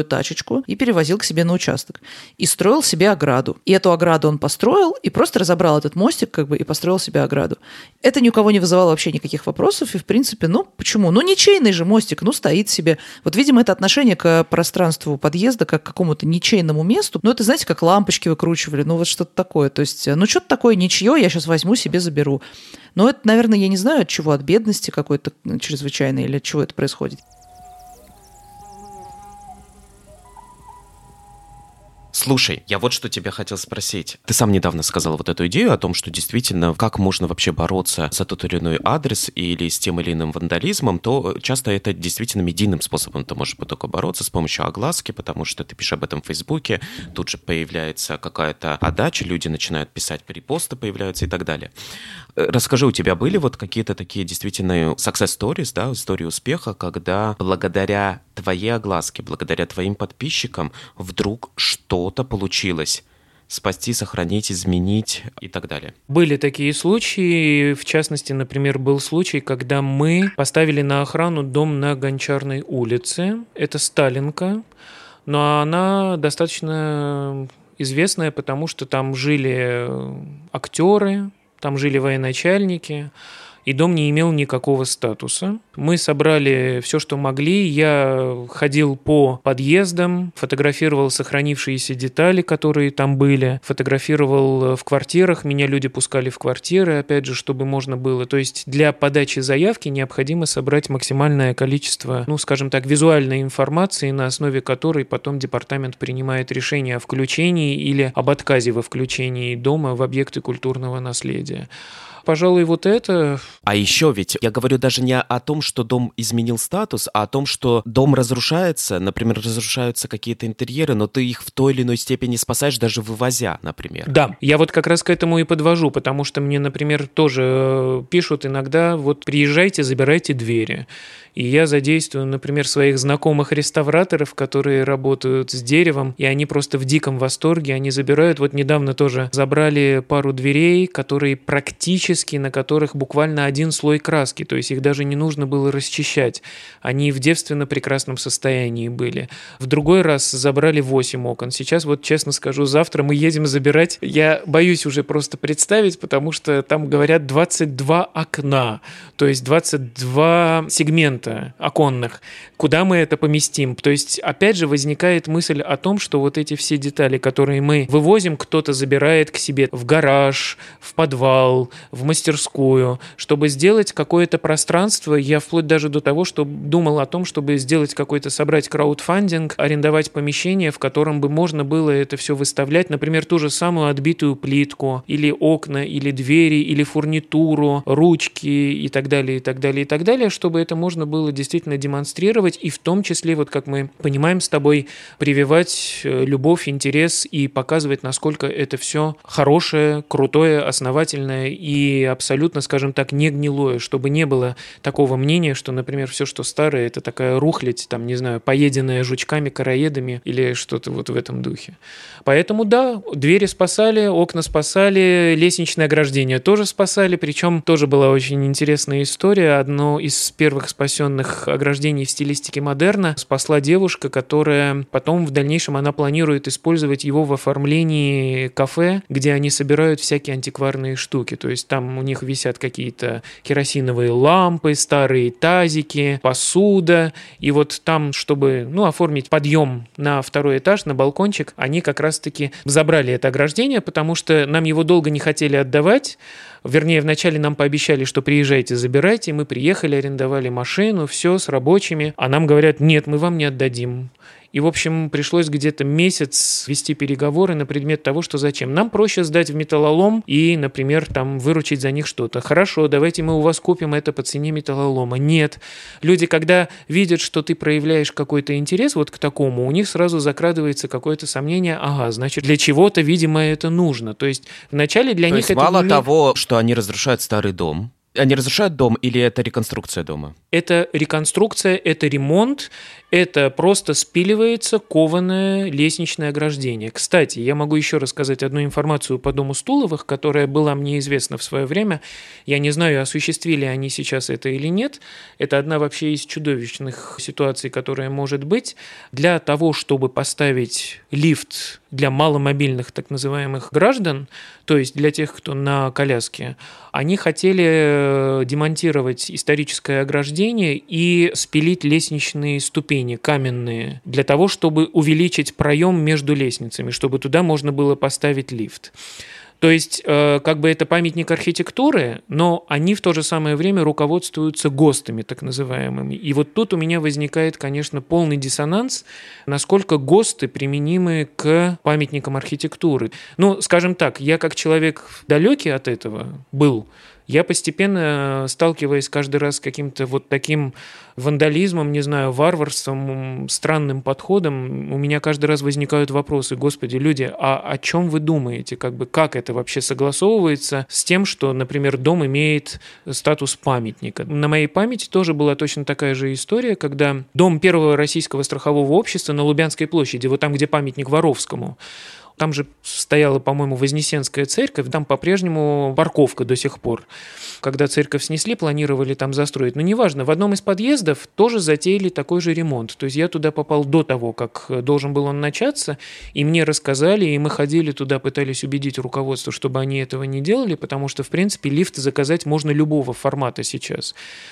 тачечку и перевозил к себе на участок. И строил себе ограду. И эту ограду он построил, и просто разобрал этот мостик, как бы, и построил себе ограду. Это ни у кого не вызывало вообще никаких вопросов, и, в принципе, ну, почему? Ну, ничейный же мостик, ну, стоит себе. Вот, видимо, это отношение к пространству подъезда, как к какому-то ничейному месту. Ну, это, знаете, как лампочки выкручивали, ну, вот что-то такое. То есть, ну, что-то такое ничье, я сейчас возьму, себе заберу. Но это, наверное, я не знаю, от чего, от бедности какой-то чрезвычайной или от чего это происходит. Слушай, я вот что тебя хотел спросить. Ты сам недавно сказал вот эту идею о том, что действительно, как можно вообще бороться за тот или иной адрес или с тем или иным вандализмом, то часто это действительно медийным способом ты можешь только бороться с помощью огласки, потому что ты пишешь об этом в Фейсбуке, тут же появляется какая-то отдача, люди начинают писать, репосты появляются и так далее. Расскажи, у тебя были вот какие-то такие действительно success stories, да, истории успеха, когда благодаря твоей огласке, благодаря твоим подписчикам вдруг что что-то получилось спасти, сохранить, изменить и так далее. Были такие случаи, в частности, например, был случай, когда мы поставили на охрану дом на Гончарной улице. Это Сталинка, но она достаточно известная, потому что там жили актеры, там жили военачальники, и дом не имел никакого статуса. Мы собрали все, что могли. Я ходил по подъездам, фотографировал сохранившиеся детали, которые там были, фотографировал в квартирах. Меня люди пускали в квартиры, опять же, чтобы можно было. То есть для подачи заявки необходимо собрать максимальное количество, ну, скажем так, визуальной информации, на основе которой потом департамент принимает решение о включении или об отказе во включении дома в объекты культурного наследия. Пожалуй, вот это... А еще ведь я говорю даже не о том, что дом изменил статус, а о том, что дом разрушается, например, разрушаются какие-то интерьеры, но ты их в той или иной степени спасаешь, даже вывозя, например. Да, я вот как раз к этому и подвожу, потому что мне, например, тоже пишут иногда, вот приезжайте, забирайте двери. И я задействую, например, своих знакомых реставраторов, которые работают с деревом, и они просто в диком восторге, они забирают. Вот недавно тоже забрали пару дверей, которые практически, на которых буквально один слой краски, то есть их даже не нужно было расчищать. Они в девственно прекрасном состоянии были. В другой раз забрали восемь окон. Сейчас вот, честно скажу, завтра мы едем забирать. Я боюсь уже просто представить, потому что там, говорят, двадцать два окна, то есть двадцать два сегмента оконных. Куда мы это поместим? То есть, опять же, возникает мысль о том, что вот эти все детали, которые мы вывозим, кто-то забирает к себе в гараж, в подвал, в мастерскую, чтобы сделать какое-то пространство. Я вплоть даже до того, что думал о том, чтобы сделать какой-то, собрать краудфандинг, арендовать помещение, в котором бы можно было это все выставлять. Например, ту же самую отбитую плитку, или окна, или двери, или фурнитуру, ручки и так далее, и так далее, и так далее, чтобы это можно было было действительно демонстрировать и в том числе, вот как мы понимаем с тобой, прививать любовь, интерес и показывать, насколько это все хорошее, крутое, основательное и абсолютно, скажем так, не гнилое, чтобы не было такого мнения, что, например, все, что старое, это такая рухлядь, там, не знаю, поеденная жучками, короедами или что-то вот в этом духе. Поэтому, да, двери спасали, окна спасали, лестничное ограждение тоже спасали, причем тоже была очень интересная история. Одно из первых спасенных ограждений в стилистике модерна спасла девушка, которая потом в дальнейшем она планирует использовать его в оформлении кафе, где они собирают всякие антикварные штуки. То есть там у них висят какие-то керосиновые лампы, старые тазики, посуда. И вот там, чтобы ну, оформить подъем на второй этаж, на балкончик, они как раз-таки забрали это ограждение, потому что нам его долго не хотели отдавать. Вернее, вначале нам пообещали, что приезжайте, забирайте. Мы приехали, арендовали машину, все с рабочими. А нам говорят, нет, мы вам не отдадим. И, в общем, пришлось где-то месяц вести переговоры на предмет того, что зачем. Нам проще сдать в металлолом и, например, там выручить за них что-то. Хорошо, давайте мы у вас купим это по цене металлолома. Нет. Люди, когда видят, что ты проявляешь какой-то интерес вот к такому, у них сразу закрадывается какое-то сомнение. Ага, значит, для чего-то, видимо, это нужно. То есть вначале для То них есть это... мало не... того, что они разрушают старый дом, Они разрушают дом или это реконструкция дома? Это реконструкция, это ремонт, это просто спиливается кованое лестничное ограждение. Кстати, я могу еще рассказать одну информацию по дому Стуловых, которая была мне известна в свое время. Я не знаю, осуществили они сейчас это или нет. Это одна вообще из чудовищных ситуаций, которая может быть. Для того, чтобы поставить лифт для маломобильных так называемых граждан, то есть для тех, кто на коляске, они хотели демонтировать историческое ограждение и спилить лестничные ступени каменные для того, чтобы увеличить проем между лестницами, чтобы туда можно было поставить лифт. То есть, как бы это памятник архитектуры, но они в то же самое время руководствуются ГОСТами, так называемыми. И вот тут у меня возникает, конечно, полный диссонанс, насколько ГОСТы применимы к памятникам архитектуры. Ну, скажем так, я как человек далекий от этого был, я постепенно, сталкиваясь каждый раз с каким-то вот таким вандализмом, не знаю, варварством, странным подходом, у меня каждый раз возникают вопросы: господи, люди, а о чем вы думаете? Как бы, как это вообще согласовывается с тем, что, например, дом имеет статус памятника? На моей памяти тоже была точно такая же история, когда дом первого российского страхового общества на Лубянской площади, вот там, где памятник Воровскому, там же стояла, по-моему, Вознесенская церковь, там по-прежнему парковка до сих пор. Когда церковь снесли, планировали там застроить. Но неважно, в одном из подъездов тоже затеяли такой же ремонт. То есть я туда попал до того, как должен был он начаться, и мне рассказали, и мы ходили туда, пытались убедить руководство, чтобы они этого не делали, потому что, в принципе, лифт заказать можно любого формата сейчас.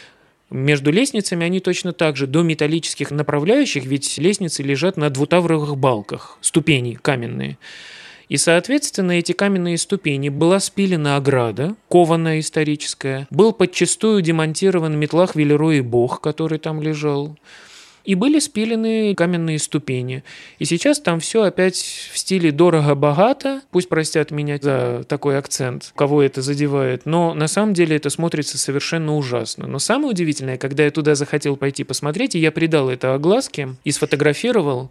Между лестницами они точно так же, до металлических направляющих, ведь лестницы лежат на двутавровых балках, ступени каменные. И, соответственно, эти каменные ступени была спилена ограда, кованая историческая, был подчистую демонтирован метлах Велерой и Бог, который там лежал, и были спилены каменные ступени. И сейчас там все опять в стиле дорого-богато, пусть простят меня за такой акцент, кого это задевает, но на самом деле это смотрится совершенно ужасно. Но самое удивительное, когда я туда захотел пойти посмотреть, и я придал это огласке и сфотографировал,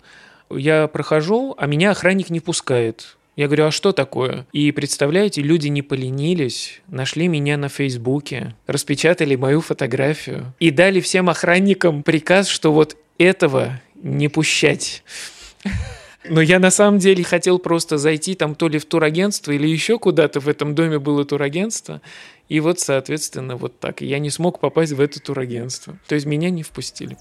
я прохожу, а меня охранник не пускает. Я говорю, а что такое? И представляете, люди не поленились, нашли меня на Фейсбуке, распечатали мою фотографию и дали всем охранникам приказ, что вот этого не пущать. Но я на самом деле хотел просто зайти там то ли в турагентство или еще куда-то, в этом доме было турагентство, и вот, соответственно, вот так. И я не смог попасть в это турагентство. То есть меня не впустили.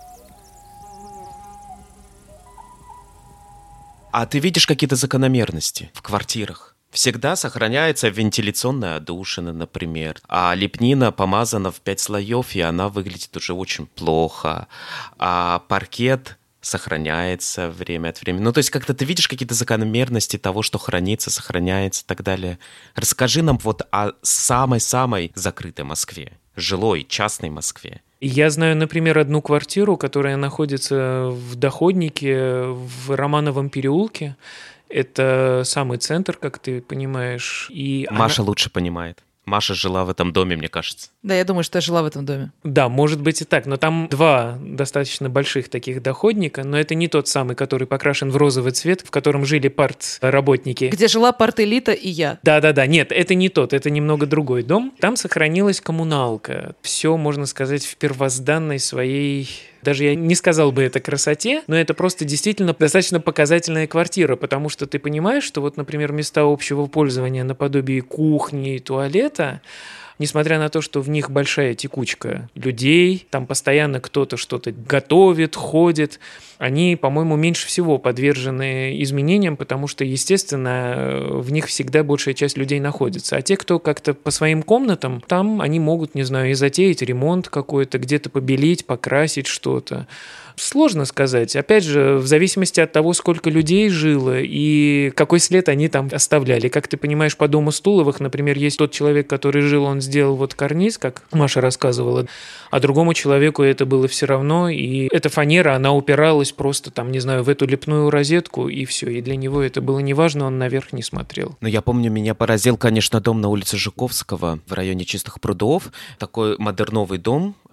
А ты видишь какие-то закономерности в квартирах? Всегда сохраняется вентиляционная отдушина, например, а лепнина помазана в пять слоев, и она выглядит уже очень плохо, а паркет сохраняется время от времени. Ну, то есть как-то ты видишь какие-то закономерности того, что хранится, сохраняется и так далее. Расскажи нам вот о самой-самой закрытой Москве, жилой, частной Москве. Я знаю, например, одну квартиру, которая находится в Доходнике, в Романовом переулке. Это самый центр, как ты понимаешь. И Маша она... лучше понимает. Маша жила в этом доме, мне кажется. Да, я думаю, что я жила в этом доме. Да, может быть и так, но там два достаточно больших таких доходника, но это не тот самый, который покрашен в розовый цвет, в котором жили партработники. Где жила партэлита и я. Да-да-да, нет, это не тот, это немного другой дом. Там сохранилась коммуналка. Все, можно сказать, в первозданной своей... Даже я не сказал бы это красоте, но это просто действительно достаточно показательная квартира, потому что ты понимаешь, что вот, например, места общего пользования наподобие кухни и туалета, несмотря на то, что в них большая текучка людей, там постоянно кто-то что-то готовит, ходит, они, по-моему, меньше всего подвержены изменениям, потому что, естественно, в них всегда большая часть людей находится. А те, кто как-то по своим комнатам, там они могут, не знаю, и затеять ремонт какой-то, где-то побелить, покрасить что-то. Сложно сказать. Опять же, в зависимости от того, сколько людей жило и какой след они там оставляли. Как ты понимаешь, по дому Стуловых, например, есть тот человек, который жил, он сделал вот карниз, как Маша рассказывала, а другому человеку это было все равно, и эта фанера, она упиралась просто там, не знаю, в эту лепную розетку, и все. И для него это было неважно, он наверх не смотрел. Ну, я помню, меня поразил, конечно, дом на улице Жуковского в районе Чистых прудов. Такой модерновый дом,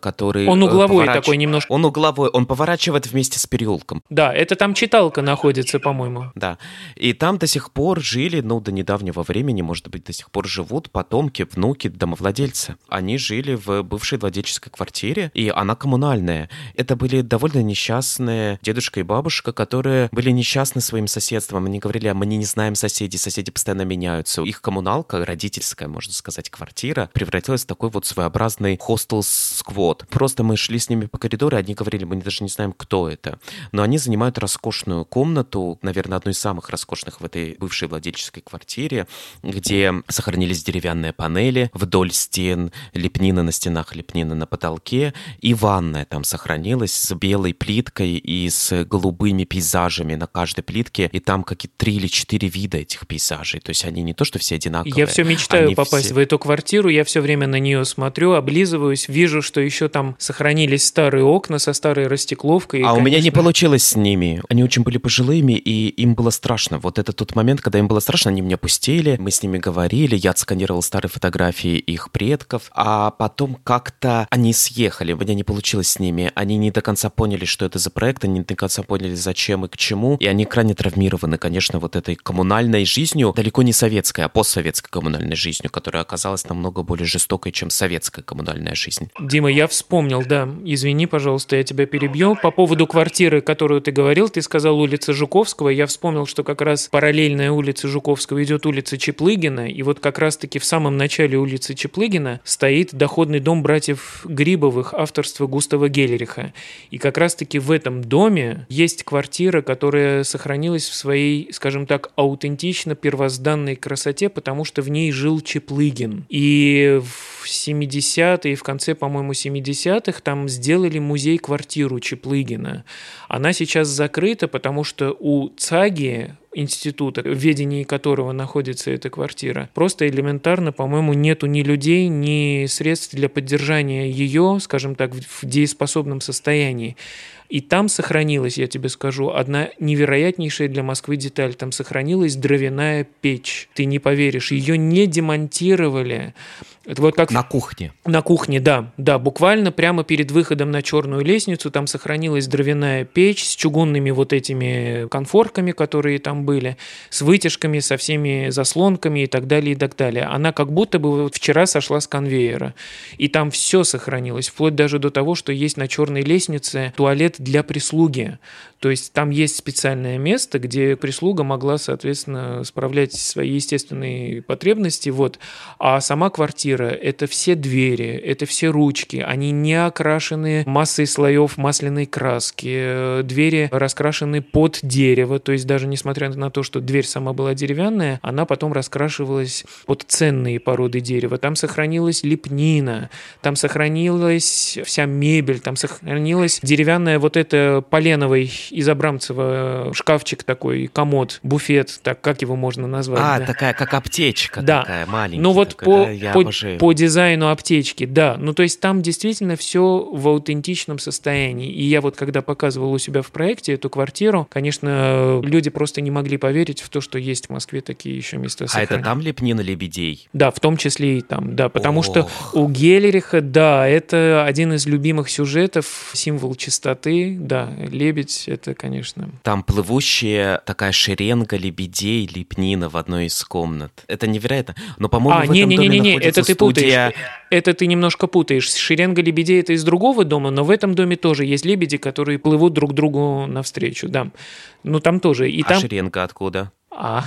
который... Он угловой поворач... такой немножко. Он угловой, он поворачивает вместе с переулком. Да, это там читалка находится, по-моему. Да, и там до сих пор жили, ну, до недавнего времени, может быть, до сих пор живут потомки, внуки домовладельца. Они жили в бывшей владельческой квартире, и она коммунальная. Это были довольно несчастные дедушка и бабушка, которые были несчастны своим соседством. Они говорили, а мы не знаем соседей, соседи постоянно меняются. Их коммуналка, родительская, можно сказать, квартира, превратилась в такой вот своеобразный хостел-сквот. Просто мы шли с ними по коридору, и они говорили, мы даже не знаем, кто это. Но они занимают роскошную комнату, наверное, одну из самых роскошных в этой бывшей владельческой квартире, где сохранились деревянные панели вдоль стен, лепнина на стенах, лепнина на потолке, и ванная там сохранилась с белой плиткой и с голубыми пейзажами на каждой плитке, и там какие-то три или четыре вида этих пейзажей, то есть они не то, что все одинаковые. Я все мечтаю они попасть все... в эту квартиру, я все время на нее смотрю, облизываюсь, вижу, что еще там сохранились старые окна со старой растекловкой. А конечно... у меня не получилось с ними. Они очень были пожилыми, и им было страшно. Вот это тот момент, когда им было страшно, они меня пустили, мы с ними говорили, я отсканировал старые фотографии их предков, а потом как-то они съехали, у меня не получилось с ними. Они не до конца поняли, что это за проект, они не до конца поняли, зачем и к чему, и они крайне травмированы, конечно, вот этой коммунальной жизнью, далеко не советской, а постсоветской коммунальной жизнью, которая оказалась намного более жестокой, чем советская коммунальная жизнь. Дима, я вспомнил, да, извини, пожалуйста, я тебя перебью. По поводу квартиры, которую ты говорил, ты сказал улица Жуковского, я вспомнил, что как раз параллельная улице Жуковского идет улица Чаплыгина, и вот как раз-таки в самом начале улицы Чаплыгина стоит доходный дом братьев Грибовых авторства Густава Геллериха. И как раз-таки в этом доме есть квартира, которая сохранилась в своей, скажем так, аутентично первозданной красоте, потому что в ней жил Чаплыгин. И в семидесятые, в конце, по-моему, семидесятых там сделали музей-квартиру Чаплыгина. Она сейчас закрыта, потому что у ЦАГИ, института, в ведении которого находится эта квартира, просто элементарно, по-моему, нету ни людей, ни средств для поддержания ее, скажем так, в дееспособном состоянии. И там сохранилась, я тебе скажу, одна невероятнейшая для Москвы деталь. Там сохранилась дровяная печь. Ты не поверишь, ее не демонтировали. Это вот как на кухне. На кухне, да. Да, буквально прямо перед выходом на черную лестницу там сохранилась дровяная печь с чугунными вот этими конфорками, которые там были, с вытяжками, со всеми заслонками и так далее, и так далее. Она как будто бы вот вчера сошла с конвейера. И там все сохранилось, вплоть даже до того, что есть на черной лестнице туалет для прислуги. То есть там есть специальное место, где прислуга могла, соответственно, справлять свои естественные потребности. Вот. А сама квартира — это все двери, это все ручки. Они не окрашены массой слоев масляной краски. Двери раскрашены под дерево. То есть даже несмотря на то, что дверь сама была деревянная, она потом раскрашивалась под ценные породы дерева. Там сохранилась лепнина, там сохранилась вся мебель, там сохранилась деревянная вот эта поленовый из Абрамцева шкафчик такой, комод, буфет, так как его можно назвать? А, да? такая, как аптечка, да. такая маленькая. Ну вот такая, по, да, по, по дизайну аптечки, да. Ну то есть там действительно все в аутентичном состоянии. И я вот когда показывал у себя в проекте эту квартиру, конечно, люди просто не могли поверить в то, что есть в Москве такие еще места сохранения. А это там лепнина лебедей? Да, в том числе и там, да. Потому Ох. что у Геллериха, да, это один из любимых сюжетов, символ чистоты, да, лебедь, это, конечно... Там плывущая такая шеренга лебедей, лепнина в одной из комнат. Это невероятно. Но, по-моему, а, в не, этом не, доме не, не, находится это ты студия... путаешь. Это ты немножко путаешь. Шеренга лебедей — это из другого дома, но в этом доме тоже есть лебеди, которые плывут друг другу навстречу, да. Ну, там тоже. И а там... шеренга откуда? А...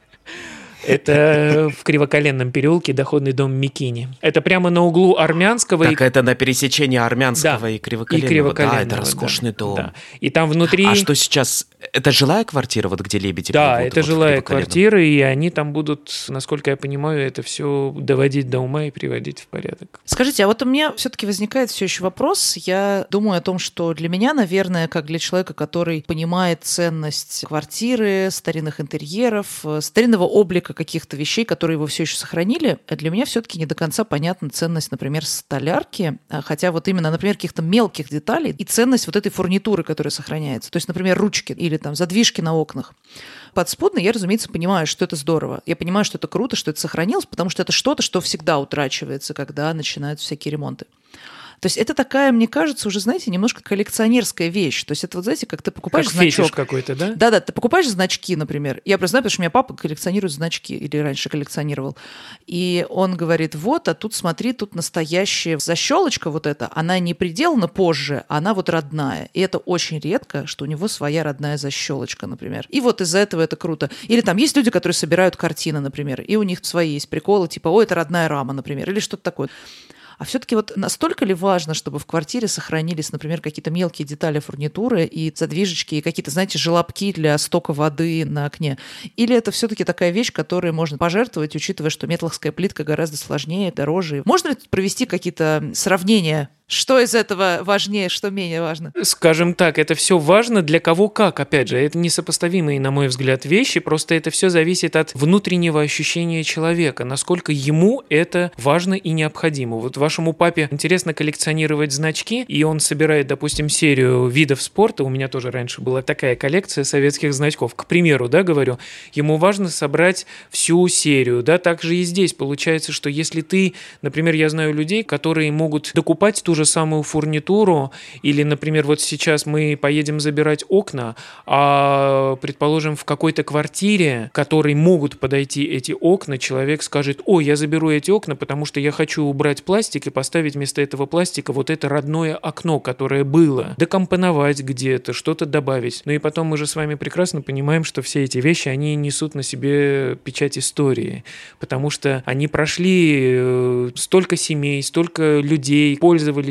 Это в Кривоколенном переулке доходный дом Микини. Это прямо на углу Армянского. Так и... это на пересечении Армянского да. и Кривоколенного. И Кривоколенного. Да, это роскошный да. дом. Да. И там внутри... А что сейчас? Это жилая квартира, вот где лебеди Да, плывут? это вот жилая квартира, и они там будут, насколько я понимаю, это все доводить до ума и приводить в порядок. Скажите, а вот у меня все-таки возникает все еще вопрос. Я думаю о том, что для меня, наверное, как для человека, который понимает ценность квартиры, старинных интерьеров, старинного облика каких-то вещей, которые его все еще сохранили, для меня все-таки не до конца понятна ценность, например, столярки, хотя вот именно, например, каких-то мелких деталей и ценность вот этой фурнитуры, которая сохраняется. То есть, например, ручки или там задвижки на окнах. Подспудно я, разумеется, понимаю, что это здорово. Я понимаю, что это круто, что это сохранилось, потому что это что-то, что всегда утрачивается, когда начинаются всякие ремонты. То есть это такая, мне кажется, уже, знаете, немножко коллекционерская вещь. То есть это вот, знаете, как ты покупаешь как значок. Фетиш какой-то, да? Да-да, ты покупаешь значки, например. Я просто знаю, потому что у меня папа коллекционирует значки, или раньше коллекционировал. И он говорит, вот, а тут смотри, тут настоящая защелочка вот эта, она не приделана позже, она вот родная. И это очень редко, что у него своя родная защелочка, например. И вот из-за этого это круто. Или там есть люди, которые собирают картины, например, и у них свои есть приколы, типа, о, это родная рама, например, или что-то такое. А все-таки вот настолько ли важно, чтобы в квартире сохранились, например, какие-то мелкие детали фурнитуры и задвижечки, и какие-то, знаете, желобки для стока воды на окне? Или это все-таки такая вещь, которой можно пожертвовать, учитывая, что метлахская плитка гораздо сложнее, дороже? Можно ли провести какие-то сравнения? Что из этого важнее, что менее важно? Скажем так, это все важно для кого как, опять же. Это несопоставимые, на мой взгляд, вещи, просто это все зависит от внутреннего ощущения человека, насколько ему это важно и необходимо. Вот вашему папе интересно коллекционировать значки, и он собирает, допустим, серию видов спорта. У меня тоже раньше была такая коллекция советских значков. К примеру, да, говорю, ему важно собрать всю серию, да, так же и здесь получается, что если ты, например, я знаю людей, которые могут докупать ту же самую фурнитуру, или, например, вот сейчас мы поедем забирать окна, а, предположим, в какой-то квартире, к которой могут подойти эти окна, человек скажет, ой, я заберу эти окна, потому что я хочу убрать пластик и поставить вместо этого пластика вот это родное окно, которое было, декомпоновать где-то, что-то добавить. Ну и потом мы же с вами прекрасно понимаем, что все эти вещи, они несут на себе печать истории, потому что они прошли столько семей, столько людей, пользовались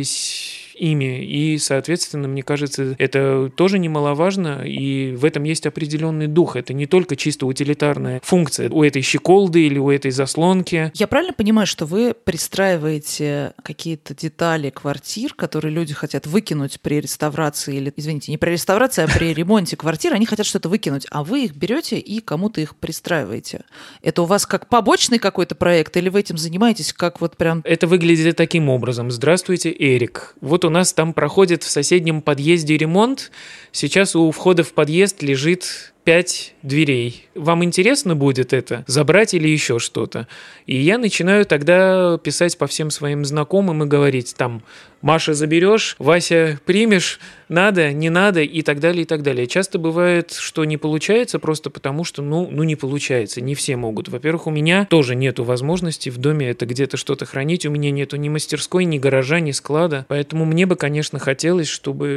ими, и, соответственно, мне кажется, это тоже немаловажно, и в этом есть определенный дух. Это не только чисто утилитарная функция у этой щеколды или у этой заслонки. Я правильно понимаю, что вы пристраиваете какие-то детали квартир, которые люди хотят выкинуть при реставрации, или, извините, не при реставрации, а при ремонте квартиры, они хотят что-то выкинуть, а вы их берете и кому-то их пристраиваете. Это у вас как побочный какой-то проект, или вы этим занимаетесь как вот прям... Это выглядит таким образом. Здравствуйте, Эрик. Вот у нас там проходит в соседнем подъезде ремонт. Сейчас у входа в подъезд лежит пять дверей. Вам интересно будет это? Забрать или еще что-то? И я начинаю тогда писать по всем своим знакомым и говорить там, Маша, заберешь, Вася, примешь, надо, не надо и так далее, и так далее. Часто бывает, что не получается просто потому, что, ну, ну не получается, не все могут. Во-первых, у меня тоже нету возможности в доме это где-то что-то хранить, у меня нету ни мастерской, ни гаража, ни склада, поэтому мне бы, конечно, хотелось,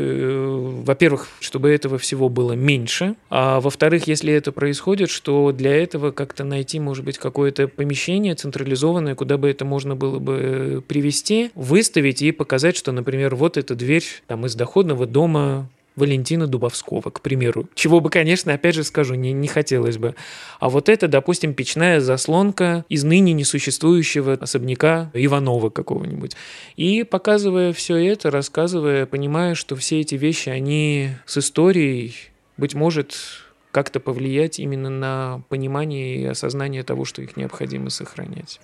чтобы, во-первых, чтобы этого всего было меньше, а во-вторых, если это происходит, что для этого как-то найти, может быть, какое-то помещение централизованное, куда бы это можно было бы привести, выставить и показать, что, например, вот эта дверь там из доходного дома Валентина Дубовского, к примеру. Чего бы, конечно, опять же скажу, не, не хотелось бы. А вот это, допустим, печная заслонка из ныне несуществующего особняка Иванова какого-нибудь. И показывая все это, рассказывая, понимая, что все эти вещи, они с историей, быть может, как-то повлиять именно на понимание и осознание того, что их необходимо сохранять.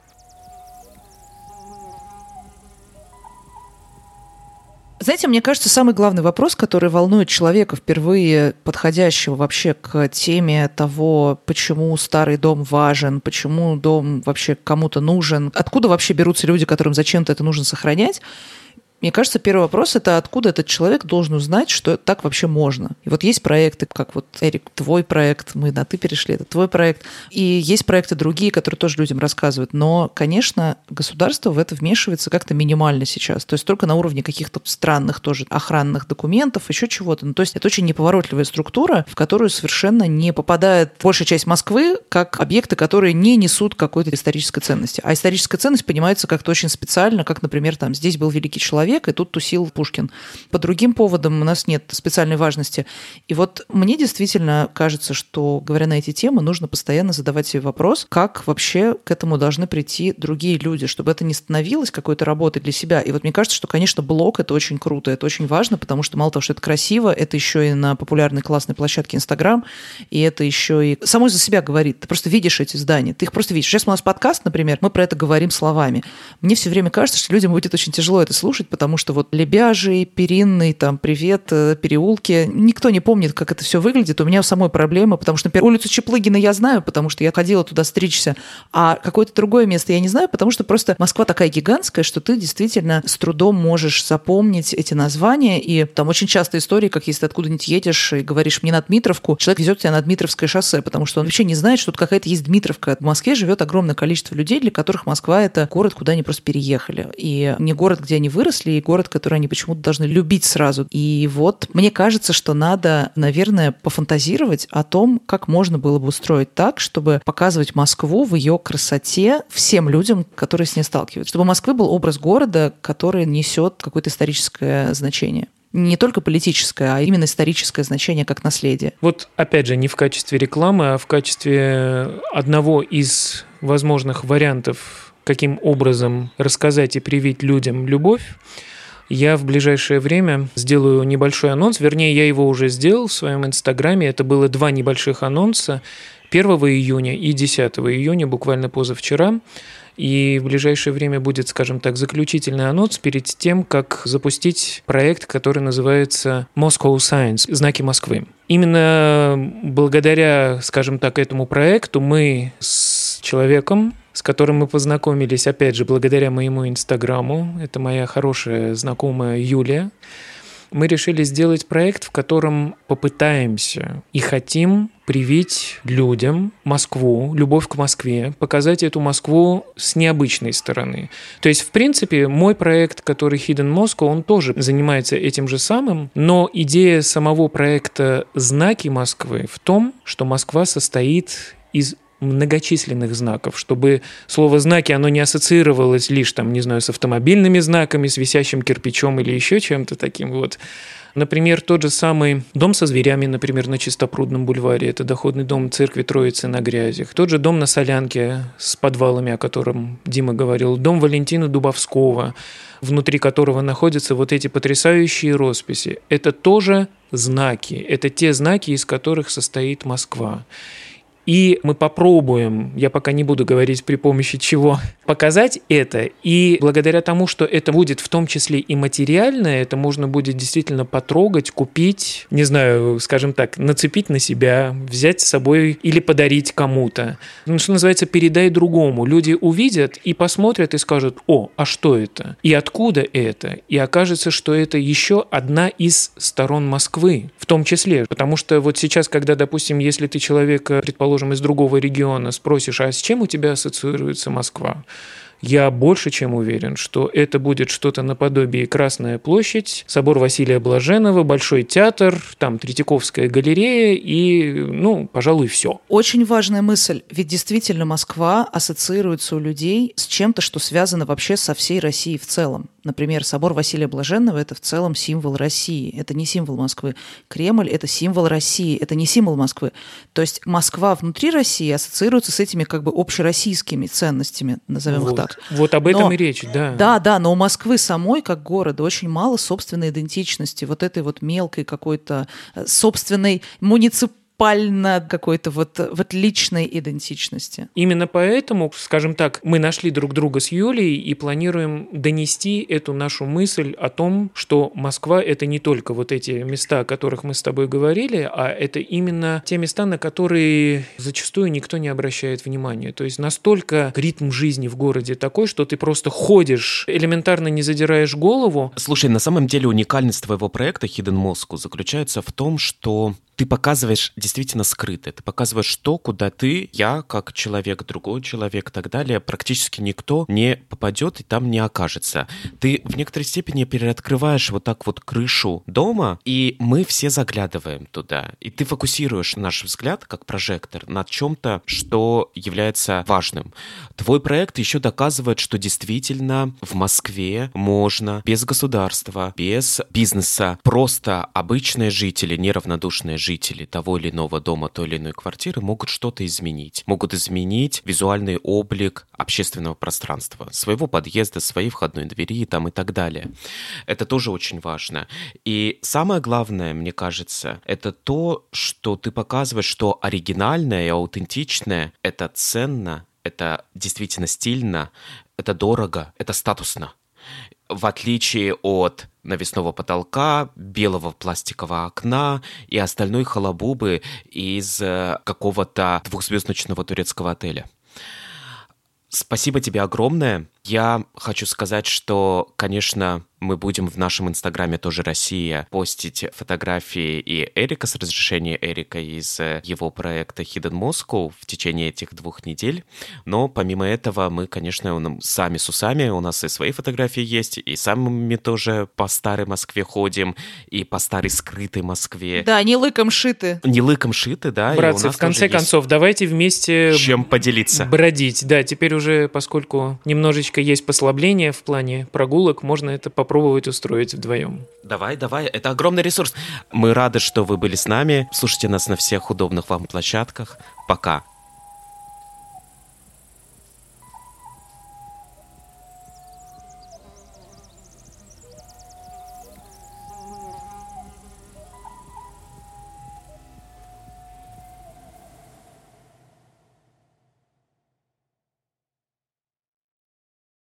Знаете, мне кажется, самый главный вопрос, который волнует человека, впервые подходящего вообще к теме того, почему старый дом важен, почему дом вообще кому-то нужен, откуда вообще берутся люди, которым зачем-то это нужно сохранять. Мне кажется, первый вопрос – это откуда этот человек должен узнать, что так вообще можно. И вот есть проекты, как вот, Эрик, твой проект, мы на «ты» перешли, это твой проект. И есть проекты другие, которые тоже людям рассказывают. Но, конечно, государство в это вмешивается как-то минимально сейчас. То есть только на уровне каких-то странных тоже охранных документов, еще чего-то. Ну, то есть это очень неповоротливая структура, в которую совершенно не попадает большая часть Москвы как объекты, которые не несут какой-то исторической ценности. А историческая ценность понимается как-то очень специально, как, например, там здесь был великий человек, и тут тусил Пушкин. По другим поводам у нас нет специальной важности. И вот мне действительно кажется, что, говоря на эти темы, нужно постоянно задавать себе вопрос, как вообще к этому должны прийти другие люди, чтобы это не становилось какой-то работой для себя. И вот мне кажется, что, конечно, блог — это очень круто, это очень важно, потому что мало того, что это красиво, это еще и на популярной классной площадке Инстаграм, и это еще и само за себя говорит. Ты просто видишь эти здания, ты их просто видишь. Сейчас у нас подкаст, например, мы про это говорим словами. Мне все время кажется, что людям будет очень тяжело это слушать, потому что вот Лебяжий, Перинный, там, Привет, переулки, никто не помнит, как это все выглядит. У меня самой проблема, потому что, например, улицу Чаплыгина я знаю, потому что я ходила туда стричься, а какое-то другое место я не знаю, потому что просто Москва такая гигантская, что ты действительно с трудом можешь запомнить эти названия, и там очень часто истории, как если ты откуда-нибудь едешь и говоришь «мне на Дмитровку», человек везет тебя на Дмитровское шоссе, потому что он вообще не знает, что тут какая-то есть Дмитровка. В Москве живет огромное количество людей, для которых Москва — это город, куда они просто переехали. И не город, где они выросли, и город, который они почему-то должны любить сразу. И вот мне кажется, что надо, наверное, пофантазировать о том, как можно было бы устроить так, чтобы показывать Москву в ее красоте всем людям, которые с ней сталкиваются. Чтобы у Москвы был образ города, который несет какое-то историческое значение. Не только политическое, а именно историческое значение как наследие. Вот опять же, не в качестве рекламы, а в качестве одного из возможных вариантов, каким образом рассказать и привить людям любовь, я в ближайшее время сделаю небольшой анонс, вернее, я его уже сделал в своем инстаграме. Это было два небольших анонса первого июня и десятого июня, буквально позавчера. И в ближайшее время будет, скажем так, заключительный анонс перед тем, как запустить проект, который называется Moscow Signs – «Знаки Москвы». Именно благодаря, скажем так, этому проекту мы с человеком, с которым мы познакомились, опять же, благодаря моему инстаграму, это моя хорошая знакомая Юлия, мы решили сделать проект, в котором попытаемся и хотим привить людям Москву, любовь к Москве, показать эту Москву с необычной стороны. То есть, в принципе, мой проект, который Hidden Moscow, он тоже занимается этим же самым, но идея самого проекта «Знаки Москвы» в том, что Москва состоит из многочисленных знаков, чтобы слово «знаки» оно не ассоциировалось лишь, там, не знаю, с автомобильными знаками, с висящим кирпичом или еще чем-то таким вот. Например, тот же самый дом со зверями, например, на Чистопрудном бульваре, это доходный дом церкви Троицы на Грязях. Тот же дом на Солянке с подвалами, о котором Дима говорил, дом Валентина Дубовского, внутри которого находятся вот эти потрясающие росписи. Это тоже знаки, это те знаки, из которых состоит Москва. И мы попробуем, я пока не буду говорить при помощи чего, показать это. И благодаря тому, что это будет в том числе и материальное, это можно будет действительно потрогать, купить, не знаю, скажем так, нацепить на себя, взять с собой или подарить кому-то. Ну, что называется, передай другому. Люди увидят и посмотрят и скажут: о, а что это? И откуда это? И окажется, что это еще одна из сторон Москвы, в том числе. Потому что вот сейчас, когда, допустим, если ты человека, предположим, из другого региона спросишь, а с чем у тебя ассоциируется Москва? Я больше чем уверен, что это будет что-то наподобие Красная площадь, собор Василия Блаженного, Большой театр, там Третьяковская галерея и, ну, пожалуй, все. Очень важная мысль, ведь действительно Москва ассоциируется у людей с чем-то, что связано вообще со всей Россией в целом. Например, собор Василия Блаженного – это в целом символ России, это не символ Москвы. Кремль – это символ России, это не символ Москвы. То есть Москва внутри России ассоциируется с этими как бы общероссийскими ценностями, назовем вот. их так. Вот об этом но, и речь, да. Да, да, но у Москвы самой, как города, очень мало собственной идентичности, вот этой вот мелкой какой-то собственной муниципальной, пально какой-то вот, вот личной идентичности. Именно поэтому, скажем так, мы нашли друг друга с Юлей и планируем донести эту нашу мысль о том, что Москва — это не только вот эти места, о которых мы с тобой говорили, а это именно те места, на которые зачастую никто не обращает внимания. То есть настолько ритм жизни в городе такой, что ты просто ходишь, элементарно не задираешь голову. Слушай, на самом деле уникальность твоего проекта Hidden Moscow заключается в том, что ты показываешь действительно скрытое. Ты показываешь то, куда ты, я, как человек, другой человек и так далее, практически никто не попадет и там не окажется. Ты в некоторой степени переоткрываешь вот так вот крышу дома, и мы все заглядываем туда. И ты фокусируешь наш взгляд, как прожектор, над чем-то, что является важным. Твой проект еще доказывает, что действительно в Москве можно без государства, без бизнеса, просто обычные жители, неравнодушные жители того или иного дома, той или иной квартиры могут что-то изменить. Могут изменить визуальный облик общественного пространства, своего подъезда, своей входной двери там, и так далее. Это тоже очень важно. И самое главное, мне кажется, это то, что ты показываешь, что оригинальное и аутентичное — это ценно, это действительно стильно, это дорого, это статусно. в отличие от навесного потолка, белого пластикового окна и остальной халабубы из какого-то двухзвездочного турецкого отеля. Спасибо тебе огромное. Я хочу сказать, что, конечно, мы будем в нашем инстаграме тоже Россия постить фотографии и Эрика с разрешения Эрика из его проекта Hidden Moscow в течение этих двух недель. Но помимо этого мы, конечно, сами с усами, у нас и свои фотографии есть, и сами тоже по старой Москве ходим, и по старой скрытой Москве. Да, не лыком шиты. Не лыком шиты, да. Братцы, в конце концов, давайте вместе... Чем поделиться. Бродить. Да, теперь уже, поскольку немножечко есть послабление в плане прогулок, можно это попробовать устроить вдвоем. Давай, давай, это огромный ресурс. Мы рады, что вы были с нами. Слушайте нас на всех удобных вам площадках. Пока.